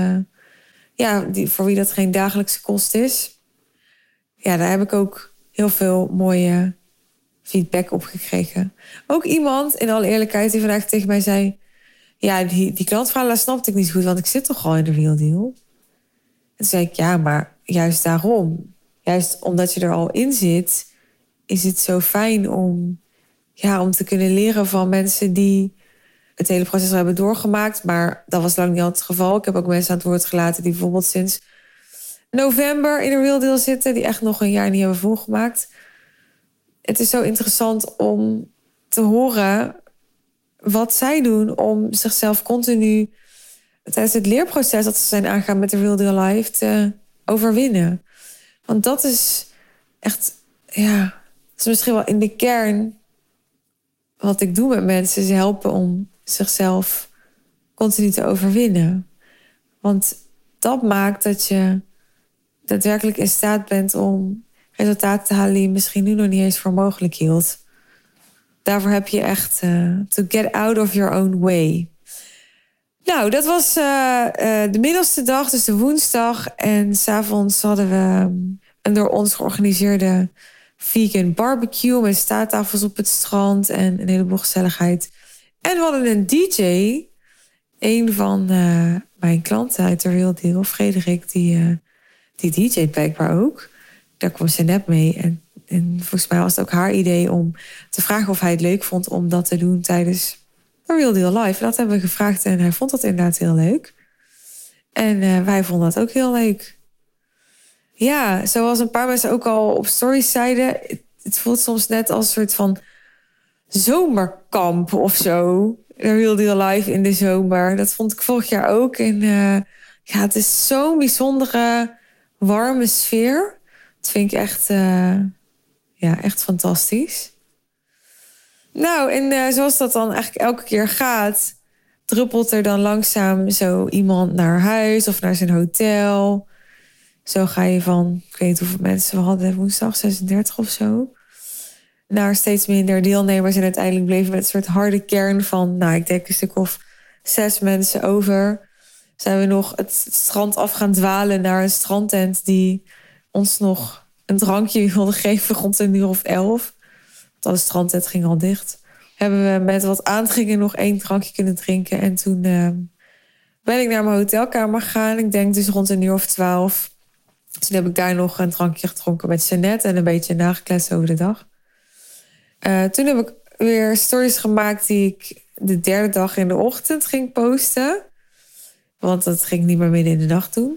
voor wie dat geen dagelijkse kost is. Ja, daar heb ik ook heel veel mooie feedback op gekregen. Ook iemand, in alle eerlijkheid, die vandaag tegen mij zei, ja, die klantverhalen snapte ik niet goed, want ik zit toch al in de Real Deal. En toen zei ik, ja, maar juist daarom. Juist omdat je er al in zit, is het zo fijn om te kunnen leren van mensen die het hele proces al hebben doorgemaakt. Maar dat was lang niet altijd het geval. Ik heb ook mensen aan het woord gelaten die bijvoorbeeld sinds november in de Real Deal zitten, die echt nog een jaar niet hebben volgemaakt. Het is zo interessant om te horen wat zij doen om zichzelf continu tijdens het leerproces dat ze zijn aangegaan met de Real Deal Life te overwinnen. Want dat is echt, dat is misschien wel in de kern wat ik doe met mensen, is helpen om zichzelf continu te overwinnen. Want dat maakt dat je daadwerkelijk in staat bent om resultaten te halen die je misschien nu nog niet eens voor mogelijk hield. Daarvoor heb je echt to get out of your own way. Nou, dat was de middelste dag, dus de woensdag. En 's avonds hadden we een door ons georganiseerde vegan barbecue met staattafels op het strand en een heleboel gezelligheid. En we hadden een DJ, een van mijn klanten uit de Real Deal, Frederik, die DJ't blijkbaar ook. Daar kwam ze net mee. En volgens mij was het ook haar idee om te vragen of hij het leuk vond om dat te doen tijdens The Real Deal Live. En dat hebben we gevraagd en hij vond dat inderdaad heel leuk. En wij vonden dat ook heel leuk. Ja, zoals een paar mensen ook al op stories zeiden, het voelt soms net als een soort van zomerkamp of zo. De Real Deal Live in de zomer. Dat vond ik vorig jaar ook. En ja, het is zo'n bijzondere, warme sfeer. Dat vind ik echt, echt fantastisch. Nou, en zoals dat dan eigenlijk elke keer gaat, druppelt er dan langzaam zo iemand naar huis of naar zijn hotel. Zo ga je van, ik weet niet hoeveel mensen we hadden woensdag, 36 of zo, naar steeds minder deelnemers. En uiteindelijk bleven we met een soort harde kern van, nou, ik denk een stuk of 6 mensen over. Zijn we nog het strand af gaan dwalen naar een strandtent die ons nog een drankje wilde geven rond 11:00. Want de strandtent ging al dicht. Hebben we met wat aandringen nog 1 drankje kunnen drinken. En toen ben ik naar mijn hotelkamer gegaan. Ik denk dus rond 12:00. Toen heb ik daar nog een drankje gedronken met Jeannette en een beetje nagekletst over de dag. Toen heb ik weer stories gemaakt die ik de 3e dag in de ochtend ging posten. Want dat ging niet meer midden in de nacht doen.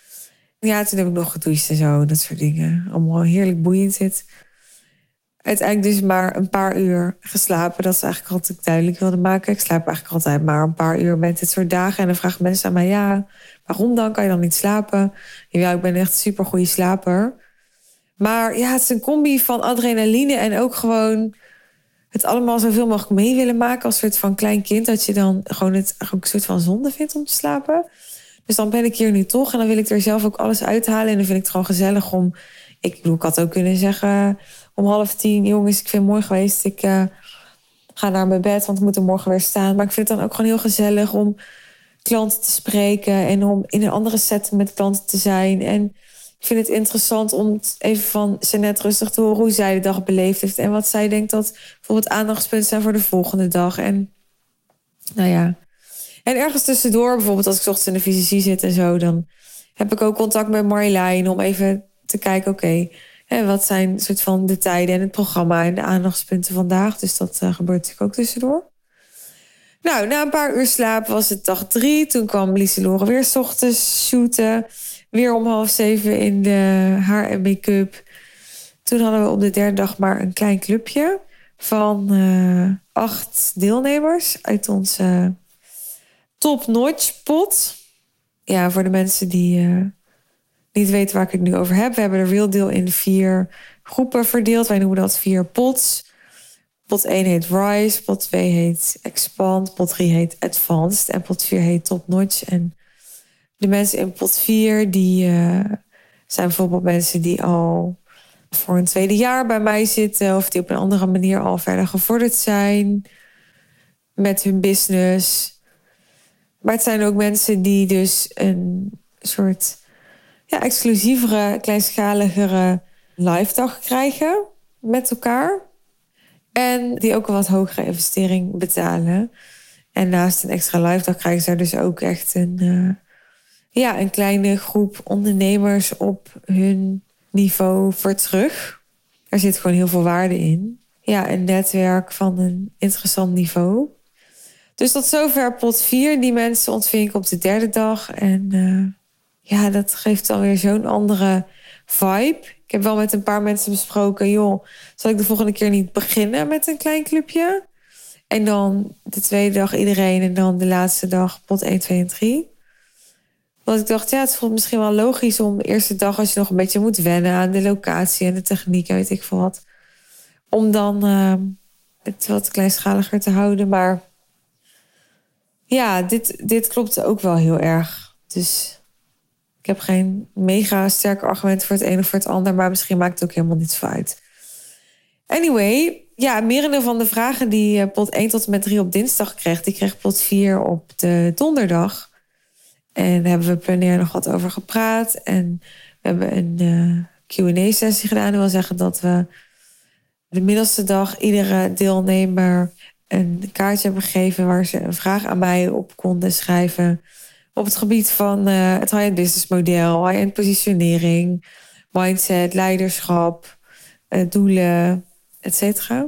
Ja, toen heb ik nog gedoucht en zo, dat soort dingen. Allemaal heerlijk boeiend zit. Uiteindelijk dus maar een paar uur geslapen. Dat is eigenlijk wat ik duidelijk wilde maken. Ik slaap eigenlijk altijd maar een paar uur met dit soort dagen. En dan vragen mensen aan mij, ja, waarom dan? Kan je dan niet slapen? Ja, ik ben echt een super goede slaper. Maar ja, het is een combi van adrenaline en ook gewoon het allemaal zoveel mogelijk mee willen maken als soort van klein kind. Dat je dan gewoon het ook een soort van zonde vindt om te slapen. Dus dan ben ik hier nu toch en dan wil ik er zelf ook alles uithalen. En dan vind ik het gewoon gezellig om, ik had ook kunnen zeggen om 9:30, jongens, ik vind het mooi geweest. Ik ga naar mijn bed, want ik moet er morgen weer staan. Maar ik vind het dan ook gewoon heel gezellig om klanten te spreken en om in een andere setting met klanten te zijn. En ik vind het interessant om even van Jeannette rustig te horen hoe zij de dag beleefd heeft en wat zij denkt dat bijvoorbeeld aandachtspunten zijn voor de volgende dag. En nou ja. En ergens tussendoor, bijvoorbeeld als ik 's ochtends in de fysiologie zit en zo, dan heb ik ook contact met Marjolein om even te kijken, oké, wat zijn soort van de tijden en het programma en de aandachtspunten vandaag. Dus dat gebeurt natuurlijk ook tussendoor. Nou, na een paar uur slaap was het dag 3. Toen kwam Lieselore weer 's ochtends shooten. Weer om 6:30 in de haar en make-up. Toen hadden we op de 3e dag maar een klein clubje van 8 deelnemers uit onze top-notch pot. Ja, voor de mensen die niet weten waar ik het nu over heb. We hebben de Real Deal in 4 groepen verdeeld. Wij noemen dat 4 pots. Pot 1 heet Rise, pot 2 heet Expand, pot 3 heet Advanced en pot 4 heet Top Notch. En de mensen in pot 4, die zijn bijvoorbeeld mensen die al voor een 2e jaar bij mij zitten of die op een andere manier al verder gevorderd zijn met hun business. Maar het zijn ook mensen die dus een soort exclusievere, kleinschaligere live dag krijgen met elkaar. En die ook een wat hogere investering betalen. En naast een extra live dag krijgen ze er dus ook echt een kleine groep ondernemers op hun niveau voor terug. Er zit gewoon heel veel waarde in. Ja, een netwerk van een interessant niveau. Dus tot zover pot 4. Die mensen ontving ik op de 3e dag. En dat geeft dan weer zo'n andere vibe. Ik heb wel met een paar mensen besproken, joh, zal ik de volgende keer niet beginnen met een klein clubje? En dan de 2e dag iedereen en dan de laatste dag pot 1, 2 en 3. Want ik dacht, het voelt misschien wel logisch om de eerste dag, als je nog een beetje moet wennen aan de locatie en de techniek en weet ik veel wat, om dan het wat kleinschaliger te houden. Maar ja, dit klopte ook wel heel erg. Dus ik heb geen mega sterke argumenten voor het een of voor het ander, maar misschien maakt het ook helemaal niet zo uit. Anyway, merendeel van de vragen die pot 1 tot en met 3 op dinsdag kreeg, die kreeg pot 4 op de donderdag. En daar hebben we plenair nog wat over gepraat. En we hebben een Q&A-sessie gedaan. Dat wil zeggen dat we de middelste dag iedere deelnemer een kaartje hebben gegeven waar ze een vraag aan mij op konden schrijven op het gebied van het high-end business model, high-end positionering, mindset, leiderschap, doelen, et cetera.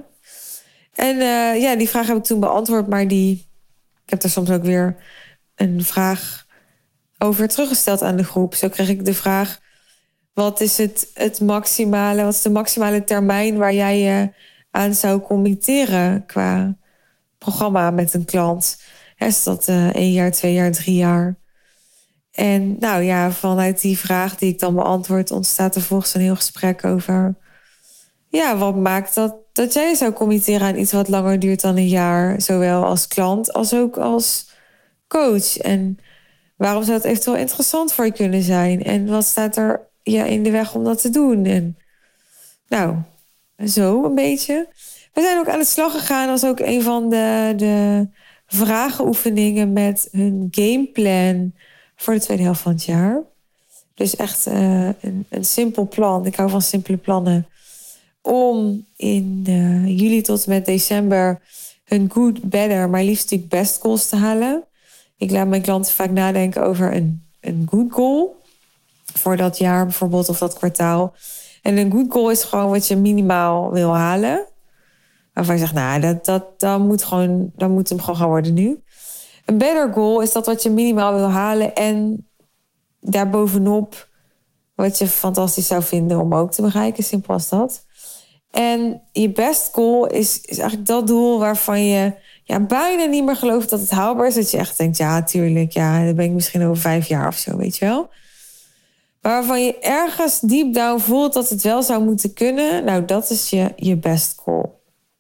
En die vraag heb ik toen beantwoord, maar ik heb er soms ook weer een vraag over teruggesteld aan de groep. Zo kreeg ik de vraag: wat is het maximale, wat is de maximale termijn waar jij je aan zou committeren qua programma met een klant? Is dat 1 jaar, 2 jaar, 3 jaar? En nou ja, vanuit die vraag die ik dan beantwoord, ontstaat er volgens een heel gesprek over: ja, wat maakt dat jij je zou committeren aan iets wat langer duurt dan een jaar, zowel als klant als ook als coach? En waarom zou het eventueel interessant voor je kunnen zijn? En wat staat er in de weg om dat te doen? En nou, zo een beetje. We zijn ook aan de slag gegaan als ook een van de vragenoefeningen met hun gameplan voor de tweede helft van het jaar. Dus echt een simpel plan. Ik hou van simpele plannen. Om in juli tot en met december hun good, better, maar liefst natuurlijk best goals te halen. Ik laat mijn klanten vaak nadenken over een good goal. Voor dat jaar bijvoorbeeld of dat kwartaal. En een good goal is gewoon wat je minimaal wil halen. Waarvan je zegt, nou, dat moet hem gewoon gaan worden nu. Een better goal is dat wat je minimaal wil halen. En daarbovenop wat je fantastisch zou vinden om ook te bereiken. Simpel als dat. En je best goal is eigenlijk dat doel waarvan je bijna niet meer gelooft dat het haalbaar is. Dat je echt denkt, ja, tuurlijk, ja, dan ben ik misschien over 5 jaar of zo, weet je wel. Maar waarvan je ergens deep down voelt dat het wel zou moeten kunnen. Nou, dat is je best goal.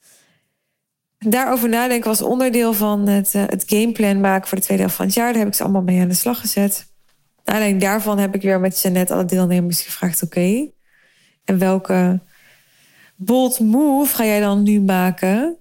Daarover nadenken was onderdeel van het gameplan maken voor de tweede helft van het jaar. Daar heb ik ze allemaal mee aan de slag gezet. Naar aanleiding daarvan heb ik weer met Jeannette alle deelnemers gevraagd, oké, en welke bold move ga jij dan nu maken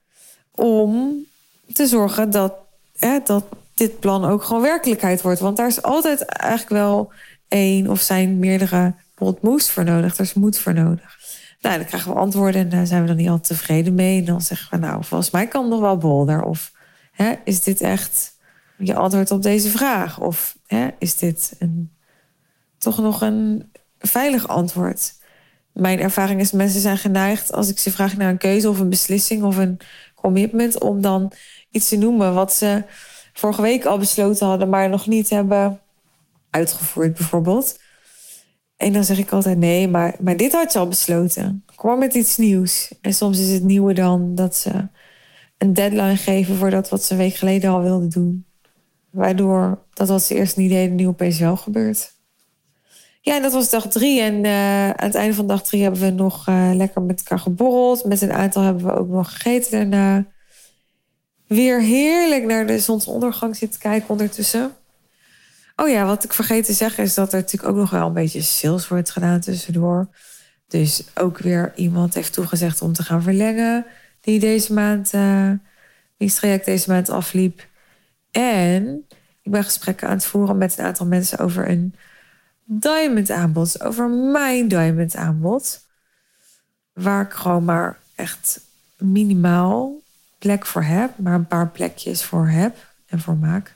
om te zorgen dat dit plan ook gewoon werkelijkheid wordt? Want daar is altijd eigenlijk wel 1 of zijn meerdere bold moves voor nodig. Er is moed voor nodig. Nou, dan krijgen we antwoorden en daar zijn we dan niet altijd tevreden mee. En dan zeggen we, nou, volgens mij kan het nog wel bolder. Of is dit echt je antwoord op deze vraag? Of is dit toch nog een veilig antwoord? Mijn ervaring is, mensen zijn geneigd, als ik ze vraag naar een keuze of een beslissing of een commitment, om dan iets te noemen wat ze vorige week al besloten hadden, maar nog niet hebben uitgevoerd, bijvoorbeeld. En dan zeg ik altijd, nee, maar dit had je al besloten. Kom maar met iets nieuws. En soms is het nieuwe dan dat ze een deadline geven voor dat wat ze een week geleden al wilden doen. Waardoor dat wat ze eerst niet deden, nu opeens wel gebeurt. Ja, en dat was dag 3. En aan het einde van dag 3 hebben we nog lekker met elkaar geborreld. Met een aantal hebben we ook nog gegeten daarna. Weer heerlijk naar de zonsondergang zitten kijken ondertussen. Oh ja, wat ik vergeten te zeggen is dat er natuurlijk ook nog wel een beetje sales wordt gedaan tussendoor. Dus ook weer iemand heeft toegezegd om te gaan verlengen. Die deze maand, wiens traject deze maand afliep. En ik ben gesprekken aan het voeren met een aantal mensen over een diamond aanbod. Over mijn diamond aanbod. Waar ik gewoon maar echt minimaal plek voor heb. Maar een paar plekjes voor heb en voor maak.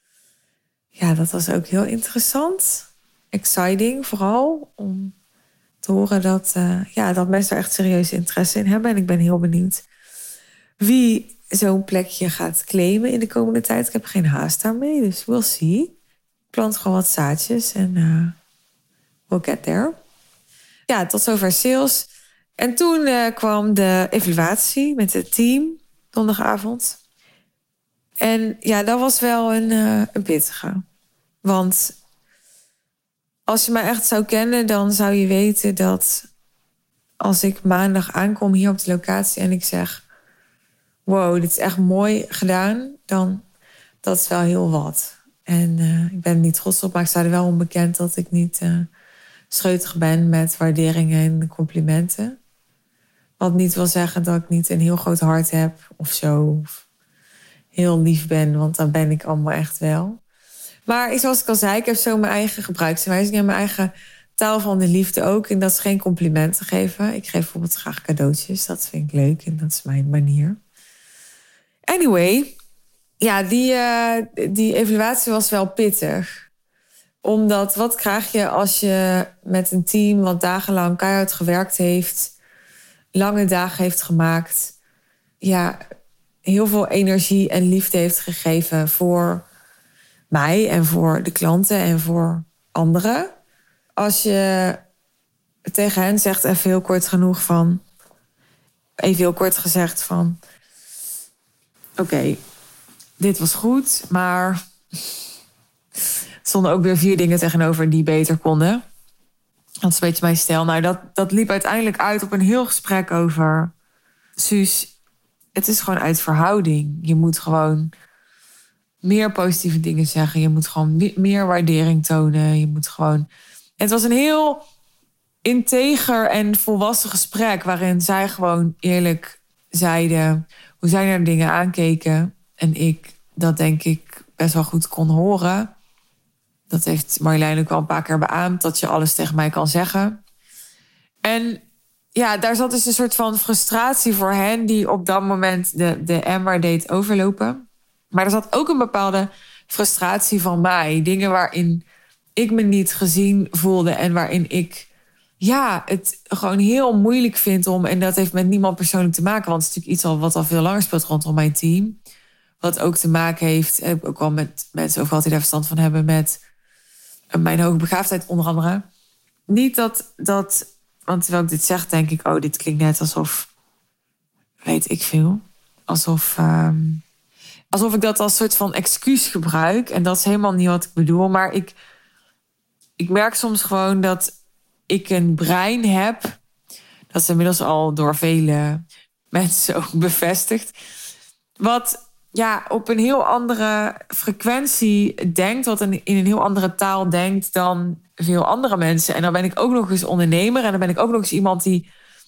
Ja, dat was ook heel interessant. Exciting vooral. Om te horen dat mensen er echt serieus interesse in hebben. En ik ben heel benieuwd wie zo'n plekje gaat claimen in de komende tijd. Ik heb geen haast daarmee, dus we'll see. Ik plant gewoon wat zaadjes en we'll get there. Ja, tot zover sales. En toen kwam de evaluatie met het team donderdagavond. En ja, dat was wel een pittige. Want als je mij echt zou kennen, dan zou je weten dat als ik maandag aankom hier op de locatie en ik zeg, wow, dit is echt mooi gedaan, dan dat is wel heel wat. En ik ben er niet trots op, maar ik sta er wel onbekend dat ik niet scheutig ben met waarderingen en complimenten. Wat niet wil zeggen dat ik niet een heel groot hart heb of zo. Of heel lief ben, want dan ben ik allemaal echt wel. Maar zoals ik al zei, ik heb zo mijn eigen gebruiksaanwijzing en mijn eigen taal van de liefde ook. En dat is geen complimenten geven. Ik geef bijvoorbeeld graag cadeautjes. Dat vind ik leuk en dat is mijn manier. Anyway, ja, die evaluatie was wel pittig. Omdat, wat krijg je als je met een team wat dagenlang keihard gewerkt heeft, lange dagen heeft gemaakt, ja, heel veel energie en liefde heeft gegeven voor mij en voor de klanten en voor anderen. Als je tegen hen zegt even heel kort genoeg van... Even heel kort gezegd van... Oké, dit was goed, maar... Er stonden ook weer 4 dingen tegenover die beter konden. Dat is een beetje mijn stijl. Nou, dat liep uiteindelijk uit op een heel gesprek over... Suus, het is gewoon uit verhouding. Je moet gewoon meer positieve dingen zeggen. Je moet gewoon meer waardering tonen. Je moet gewoon... Het was een heel integer en volwassen gesprek... waarin zij gewoon eerlijk zeiden... hoe zij naar dingen aankeken. En ik dat denk ik best wel goed kon horen... Dat heeft Marjolein ook wel een paar keer beaamd... dat je alles tegen mij kan zeggen. En ja, daar zat dus een soort van frustratie voor hen... die op dat moment de emmer deed overlopen. Maar er zat ook een bepaalde frustratie van mij. Dingen waarin ik me niet gezien voelde... en waarin ik het gewoon heel moeilijk vind om... en dat heeft met niemand persoonlijk te maken... want het is natuurlijk iets wat al veel langer speelt rondom mijn team... wat ook te maken heeft... ook wel met mensen overal die daar verstand van hebben... met mijn hoogbegaafdheid onder andere. Niet dat... Want terwijl ik dit zeg, denk ik... oh, dit klinkt net alsof... weet ik veel. Alsof ik dat als soort van excuus gebruik. En dat is helemaal niet wat ik bedoel. Maar ik merk soms gewoon dat ik een brein heb... dat is inmiddels al door vele mensen ook bevestigd... wat... op een heel andere frequentie denkt... wat in een heel andere taal denkt dan veel andere mensen. En dan ben ik ook nog eens ondernemer... en dan ben ik ook nog eens iemand die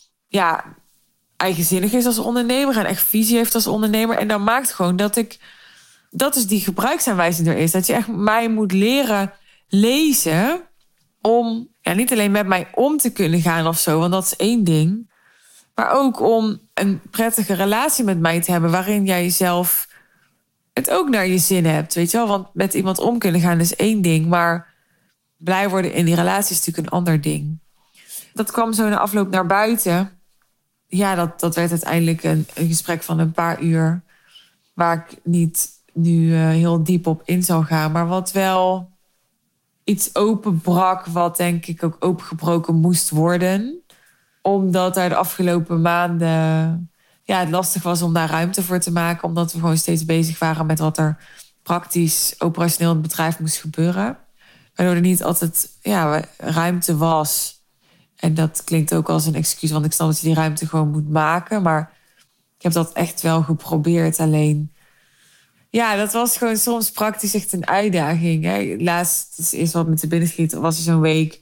eigenzinnig is als ondernemer... en echt visie heeft als ondernemer. En dat maakt gewoon dat ik... dat is die gebruiksaanwijzing er is. Dat je echt mij moet leren lezen... om niet alleen met mij om te kunnen gaan of zo... want dat is één ding... maar ook om een prettige relatie met mij te hebben... waarin jij jezelf... het ook naar je zin hebt, weet je wel. Want met iemand om kunnen gaan is één ding... maar blij worden in die relatie is natuurlijk een ander ding. Dat kwam zo na afloop naar buiten. Ja, dat werd uiteindelijk een gesprek van een paar uur... waar ik niet nu heel diep op in zal gaan... maar wat wel iets openbrak... wat denk ik ook opengebroken moest worden... omdat daar de afgelopen maanden... het lastig was om daar ruimte voor te maken... omdat we gewoon steeds bezig waren met wat er praktisch, operationeel in het bedrijf moest gebeuren. Waardoor er niet altijd ruimte was. En dat klinkt ook als een excuus, want ik snap dat je die ruimte gewoon moet maken. Maar ik heb dat echt wel geprobeerd. Alleen, dat was gewoon soms praktisch echt een uitdaging. Hè. Laatst, dus eerst wat me te binnen schiet, was er zo'n week.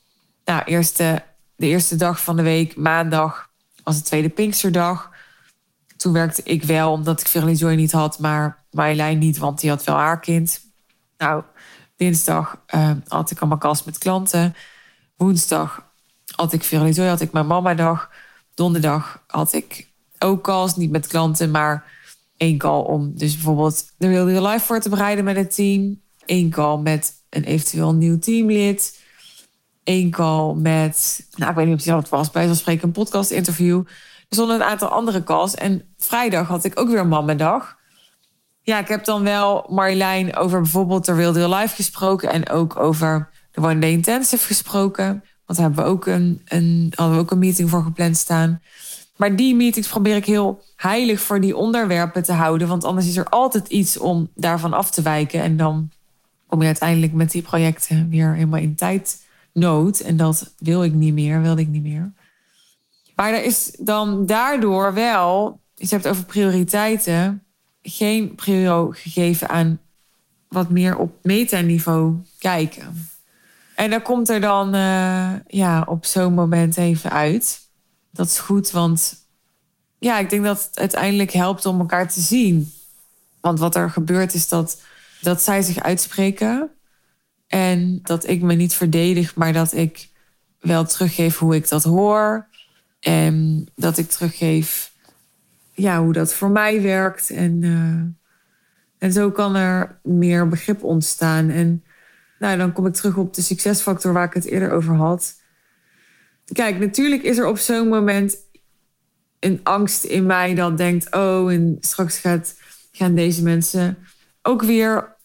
De eerste dag van de week, maandag, was de tweede Pinksterdag. Toen werkte ik wel, omdat ik Verily Joy niet had, maar Marjolein niet, want die had wel haar kind. Nou, dinsdag had ik allemaal calls met klanten. Woensdag had ik Verily Joy, had ik mijn mamadag. Donderdag had ik ook calls, niet met klanten, maar 1 call om dus bijvoorbeeld de Real Deal Live voor te bereiden met het team. 1 call met een eventueel nieuw teamlid. 1 call met, ik weet niet of het was, bij zo'n spreken een podcast interview. Er stonden een aantal andere calls. En vrijdag had ik ook weer een mamadag. Ja, ik heb dan wel Marjolein over bijvoorbeeld de Real Deal Live gesproken. En ook over de One Day Intensive gesproken. Want daar hebben we ook hadden we ook een meeting voor gepland staan. Maar die meetings probeer ik heel heilig voor die onderwerpen te houden. Want anders is er altijd iets om daarvan af te wijken. En dan kom je uiteindelijk met die projecten weer helemaal in tijdnood. En dat wilde ik niet meer. Maar er is dan daardoor wel, je hebt het over prioriteiten, geen prio gegeven aan wat meer op metaniveau kijken. En dan komt er dan op zo'n moment even uit. Dat is goed, want ik denk dat het uiteindelijk helpt om elkaar te zien. Want wat er gebeurt is dat zij zich uitspreken. En dat ik me niet verdedig, maar dat ik wel teruggeef hoe ik dat hoor. En dat ik teruggeef hoe dat voor mij werkt. En zo kan er meer begrip ontstaan. En dan kom ik terug op de succesfactor waar ik het eerder over had. Kijk, natuurlijk is er op zo'n moment een angst in mij dat denkt, en straks gaan deze mensen ook weer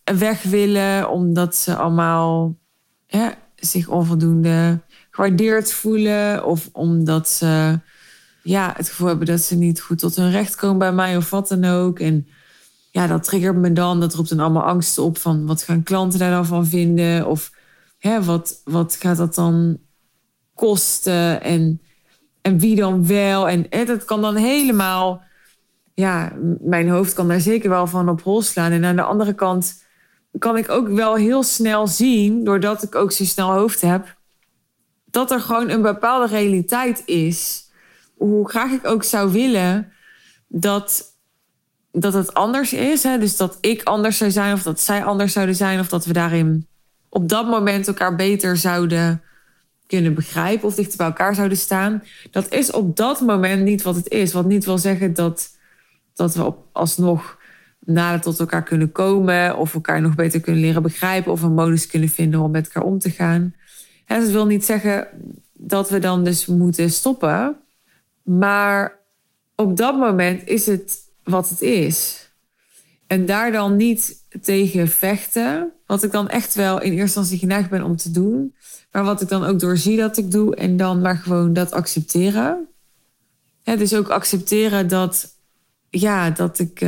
weg willen omdat ze allemaal zich onvoldoende gewaardeerd voelen. Of omdat ze het gevoel hebben dat ze niet goed tot hun recht komen bij mij of wat dan ook. En ja, dat triggert me dan. Dat roept dan allemaal angsten op van wat gaan klanten daar dan van vinden? Of wat gaat dat dan kosten? En wie dan wel? En dat kan dan helemaal... Ja, mijn hoofd kan daar zeker wel van op hol slaan. En aan de andere kant kan ik ook wel heel snel zien, doordat ik ook zo snel hoofd heb, dat er gewoon een bepaalde realiteit is. Hoe graag ik ook zou willen dat het anders is. Hè? Dus dat ik anders zou zijn of dat zij anders zouden zijn. Of dat we daarin op dat moment elkaar beter zouden kunnen begrijpen of dichter bij elkaar zouden staan. Dat is op dat moment niet wat het is. Wat niet wil zeggen dat we alsnog nader tot elkaar kunnen komen of elkaar nog beter kunnen leren begrijpen of een modus kunnen vinden om met elkaar om te gaan. En dat wil niet zeggen dat we dan dus moeten stoppen. Maar op dat moment is het wat het is. En daar dan niet tegen vechten, wat ik dan echt wel in eerste instantie geneigd ben om te doen. Maar wat ik dan ook doorzie dat ik doe en dan maar gewoon dat accepteren. Dus ook accepteren dat ik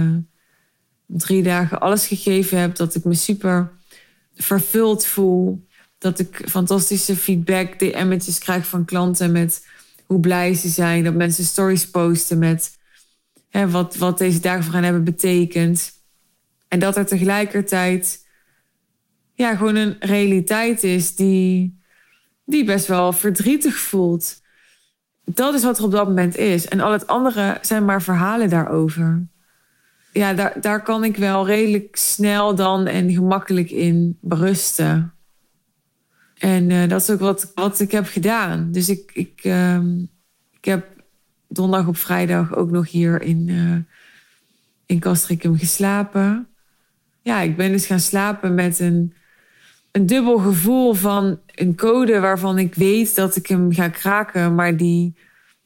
3 dagen alles gegeven heb. Dat ik me super vervuld voel. Dat ik fantastische feedback, DM'tjes krijg van klanten met hoe blij ze zijn. Dat mensen stories posten met wat deze dagen voor hen hebben betekend. En dat er tegelijkertijd gewoon een realiteit is die best wel verdrietig voelt. Dat is wat er op dat moment is. En al het andere zijn maar verhalen daarover. Ja, daar kan ik wel redelijk snel dan en gemakkelijk in berusten. En dat is ook wat ik heb gedaan. Dus ik heb donderdag op vrijdag ook nog hier in Castricum geslapen. Ja, ik ben dus gaan slapen met een dubbel gevoel van een code waarvan ik weet dat ik hem ga kraken, maar die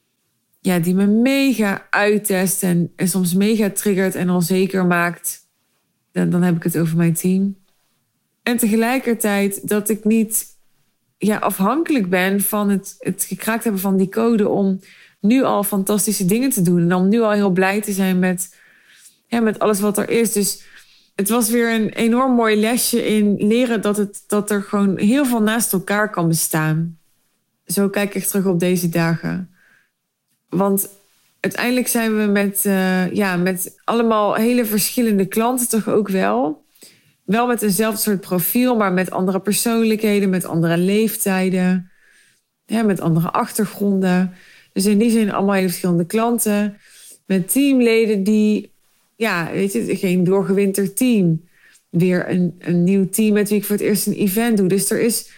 me mega uittest en soms mega triggert en onzeker maakt. Dan heb ik het over mijn team. En tegelijkertijd dat ik niet afhankelijk ben van het gekraakt hebben van die code om nu al fantastische dingen te doen en om nu al heel blij te zijn met alles wat er is. Dus het was weer een enorm mooi lesje in leren dat er gewoon heel veel naast elkaar kan bestaan. Zo kijk ik terug op deze dagen. Want uiteindelijk zijn we met allemaal hele verschillende klanten toch ook wel. Wel met eenzelfde soort profiel, maar met andere persoonlijkheden, met andere leeftijden, met andere achtergronden. Dus in die zin allemaal hele verschillende klanten. Met teamleden die, geen doorgewinterd team. Weer een nieuw team met wie ik voor het eerst een event doe. Dus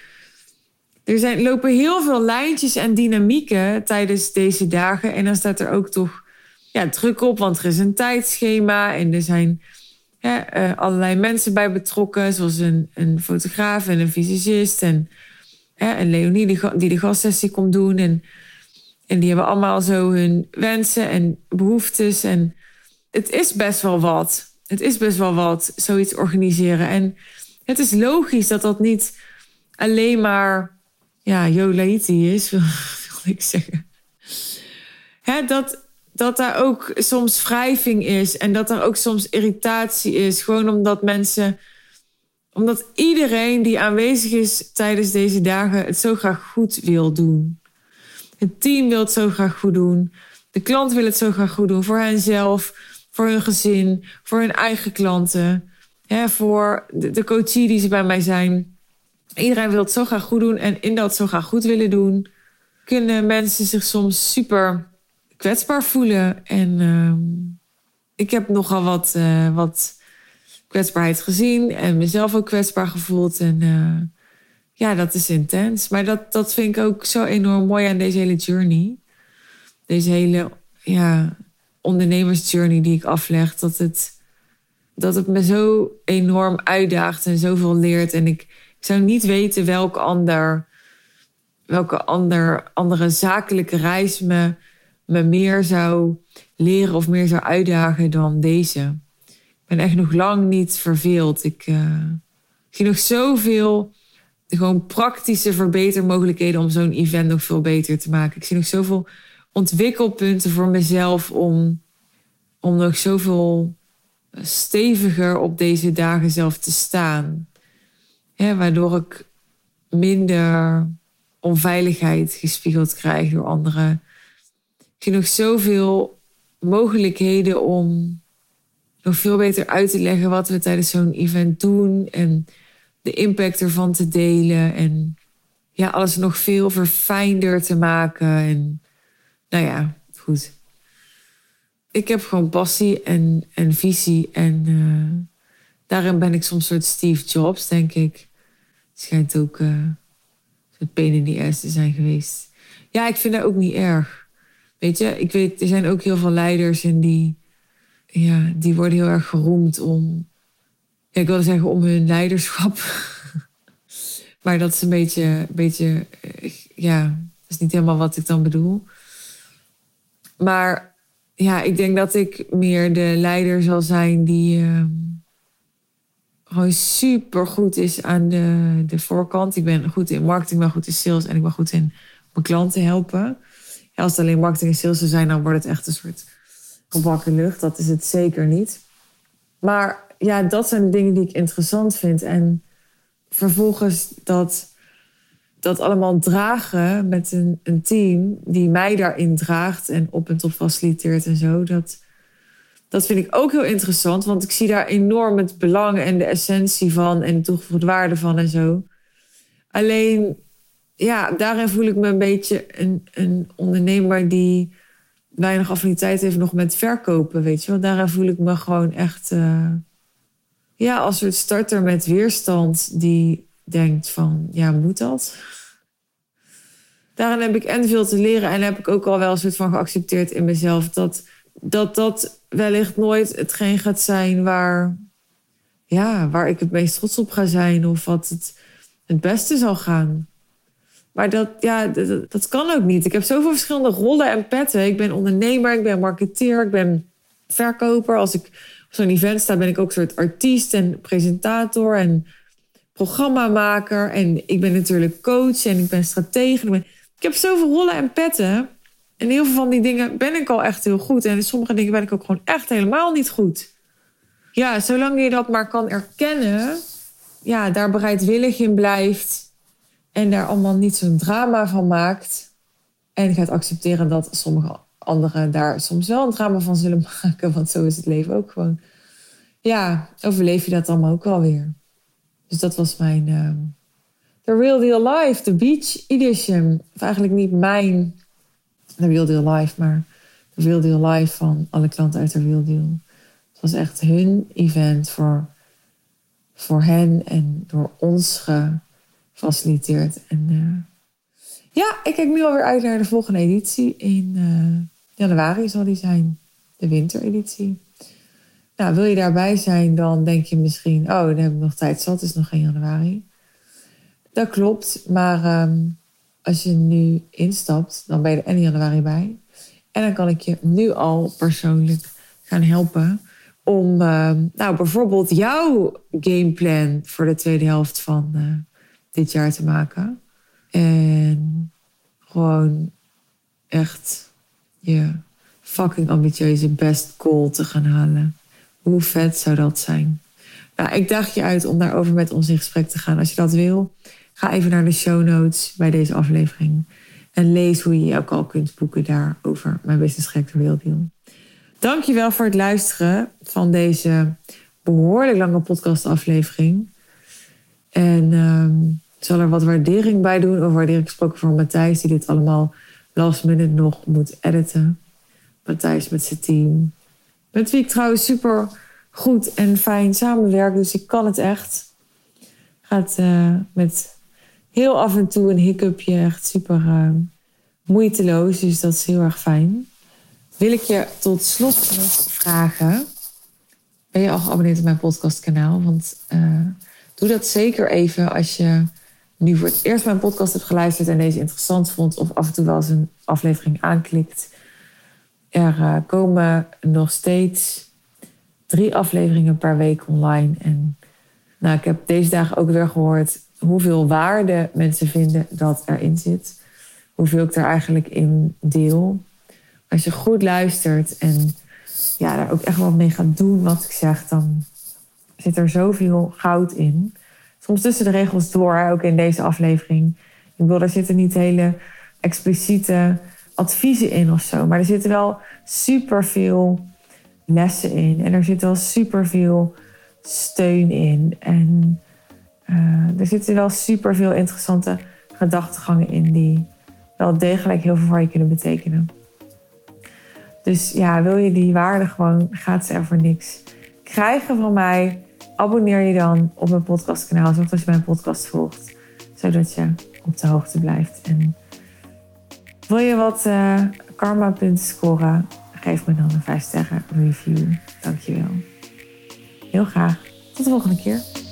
lopen heel veel lijntjes en dynamieken tijdens deze dagen. En dan staat er ook toch druk op, want er is een tijdschema. En er zijn allerlei mensen bij betrokken. Zoals een fotograaf en een fysicist. En Leonie die de gastsessie komt doen. En die hebben allemaal zo hun wensen en behoeftes. En het is best wel wat. Het is best wel wat, zoiets organiseren. En het is logisch dat dat niet alleen maar Jolaiti is, wil ik zeggen. Dat daar ook soms wrijving is en dat er ook soms irritatie is. Gewoon omdat iedereen die aanwezig is tijdens deze dagen het zo graag goed wil doen. Het team wil het zo graag goed doen. De klant wil het zo graag goed doen voor henzelf, voor hun gezin, voor hun eigen klanten. Voor de coachie die ze bij mij zijn. Iedereen wil het zo graag goed doen en in dat zo graag goed willen doen, kunnen mensen zich soms super kwetsbaar voelen. En ik heb nogal wat kwetsbaarheid gezien en mezelf ook kwetsbaar gevoeld. En dat is intens. Maar dat vind ik ook zo enorm mooi aan deze hele journey. Deze hele ondernemersjourney die ik afleg. Dat het me zo enorm uitdaagt en zoveel leert. En ik zou niet weten welke andere zakelijke reis me meer zou leren of meer zou uitdagen dan deze. Ik ben echt nog lang niet verveeld. Ik zie nog zoveel gewoon praktische verbetermogelijkheden om zo'n event nog veel beter te maken. Ik zie nog zoveel ontwikkelpunten voor mezelf om nog zoveel steviger op deze dagen zelf te staan. Waardoor ik minder onveiligheid gespiegeld krijg door anderen. Ik zie nog zoveel mogelijkheden om nog veel beter uit te leggen wat we tijdens zo'n event doen en de impact ervan te delen en alles nog veel verfijnder te maken. En nou ja, goed. Ik heb gewoon passie en visie en daarin ben ik soms een soort Steve Jobs, denk ik. Het schijnt ook een soort pain in the ass te zijn geweest. Ja, ik vind dat ook niet erg. Weet je, ik weet, er zijn ook heel veel leiders en die worden heel erg geroemd om, ik wilde zeggen om hun leiderschap. Maar dat is een beetje, dat is niet helemaal wat ik dan bedoel. Maar ja, ik denk dat ik meer de leider zal zijn die gewoon super goed is aan de voorkant. Ik ben goed in marketing, ik ben goed in sales en ik ben goed in mijn klanten helpen. Ja, als het alleen marketing en sales zou zijn, dan wordt het echt een soort gebakken lucht. Dat is het zeker niet. Maar ja, dat zijn de dingen die ik interessant vind. En vervolgens dat allemaal dragen met een team die mij daarin draagt en op en top faciliteert en zo. Dat vind ik ook heel interessant, want ik zie daar enorm het belang en de essentie van en de toegevoegde waarde van en zo. Alleen, ja, daarin voel ik me een beetje een ondernemer die weinig affiniteit heeft nog met verkopen, weet je wel. Daarin voel ik me gewoon echt als een soort starter met weerstand die denkt van, ja, moet dat? Daarin heb ik en veel te leren en heb ik ook al wel een soort van geaccepteerd in mezelf dat wellicht nooit hetgeen gaat zijn waar ik het meest trots op ga zijn of wat het beste zal gaan. Maar dat kan ook niet. Ik heb zoveel verschillende rollen en petten. Ik ben ondernemer, ik ben marketeer, ik ben verkoper. Als ik op zo'n event sta, ben ik ook een soort artiest en presentator en programmamaker. En ik ben natuurlijk coach en ik ben stratege. Ik heb zoveel rollen en petten. En heel veel van die dingen ben ik al echt heel goed. En in sommige dingen ben ik ook gewoon echt helemaal niet goed. Ja, zolang je dat maar kan erkennen, daar bereidwillig in blijft en daar allemaal niet zo'n drama van maakt. En gaat accepteren dat sommige anderen daar soms wel een drama van zullen maken. Want zo is het leven ook gewoon. Ja, overleef je dat allemaal ook wel weer. Dus dat was mijn The Real Deal Live, The Beach Edition. Of eigenlijk niet mijn The Real Deal Live, maar The Real Deal Live van alle klanten uit The Real Deal. Het was echt hun event voor hen en door ons gefaciliteerd. En ik kijk nu alweer uit naar de volgende editie. In januari zal die zijn, de wintereditie. Nou, wil je daarbij zijn, dan denk je misschien, dan heb ik nog tijd zat, het is nog geen januari. Dat klopt, maar als je nu instapt, dan ben je er in januari bij. En dan kan ik je nu al persoonlijk gaan helpen om bijvoorbeeld jouw gameplan voor de tweede helft van dit jaar te maken. En gewoon echt je fucking ambitieuze best goal te gaan halen. Hoe vet zou dat zijn? Nou, ik daag je uit om daarover met ons in gesprek te gaan. Als je dat wil, ga even naar de show notes bij deze aflevering. En lees hoe je jouw call kunt boeken daar over mijn Business Gek The Real Deal. Dankjewel voor het luisteren van deze behoorlijk lange podcastaflevering. En ik zal er wat waardering bij doen. Of waardering gesproken voor Matthijs, die dit allemaal last minute nog moet editen. Matthijs met zijn team. Met wie ik trouwens super goed en fijn samenwerk. Dus ik kan het echt. Gaat met heel af en toe een hiccupje echt super moeiteloos. Dus dat is heel erg fijn. Wil ik je tot slot nog vragen. Ben je al geabonneerd op mijn podcastkanaal? Want doe dat zeker even als je nu voor het eerst mijn podcast hebt geluisterd en deze interessant vond. Of af en toe wel eens een aflevering aanklikt. Er komen nog steeds 3 afleveringen per week online. En ik heb deze dagen ook weer gehoord hoeveel waarde mensen vinden dat erin zit. Hoeveel ik er eigenlijk in deel. Als je goed luistert en daar ook echt wat mee gaat doen wat ik zeg, dan zit er zoveel goud in. Soms tussen de regels door, ook in deze aflevering. Ik bedoel, er zitten niet hele expliciete adviezen in of zo. Maar er zitten wel superveel lessen in. En er zit wel superveel steun in. En er zitten wel superveel interessante gedachtegangen in die wel degelijk heel veel voor je kunnen betekenen. Dus wil je die waarde gewoon gratis en voor niks krijgen van mij, abonneer je dan op mijn podcastkanaal. Zorg dat je mijn podcast volgt, zodat je op de hoogte blijft. En wil je wat karma-punten scoren, geef me dan een 5-sterren review. Dankjewel. Heel graag. Tot de volgende keer.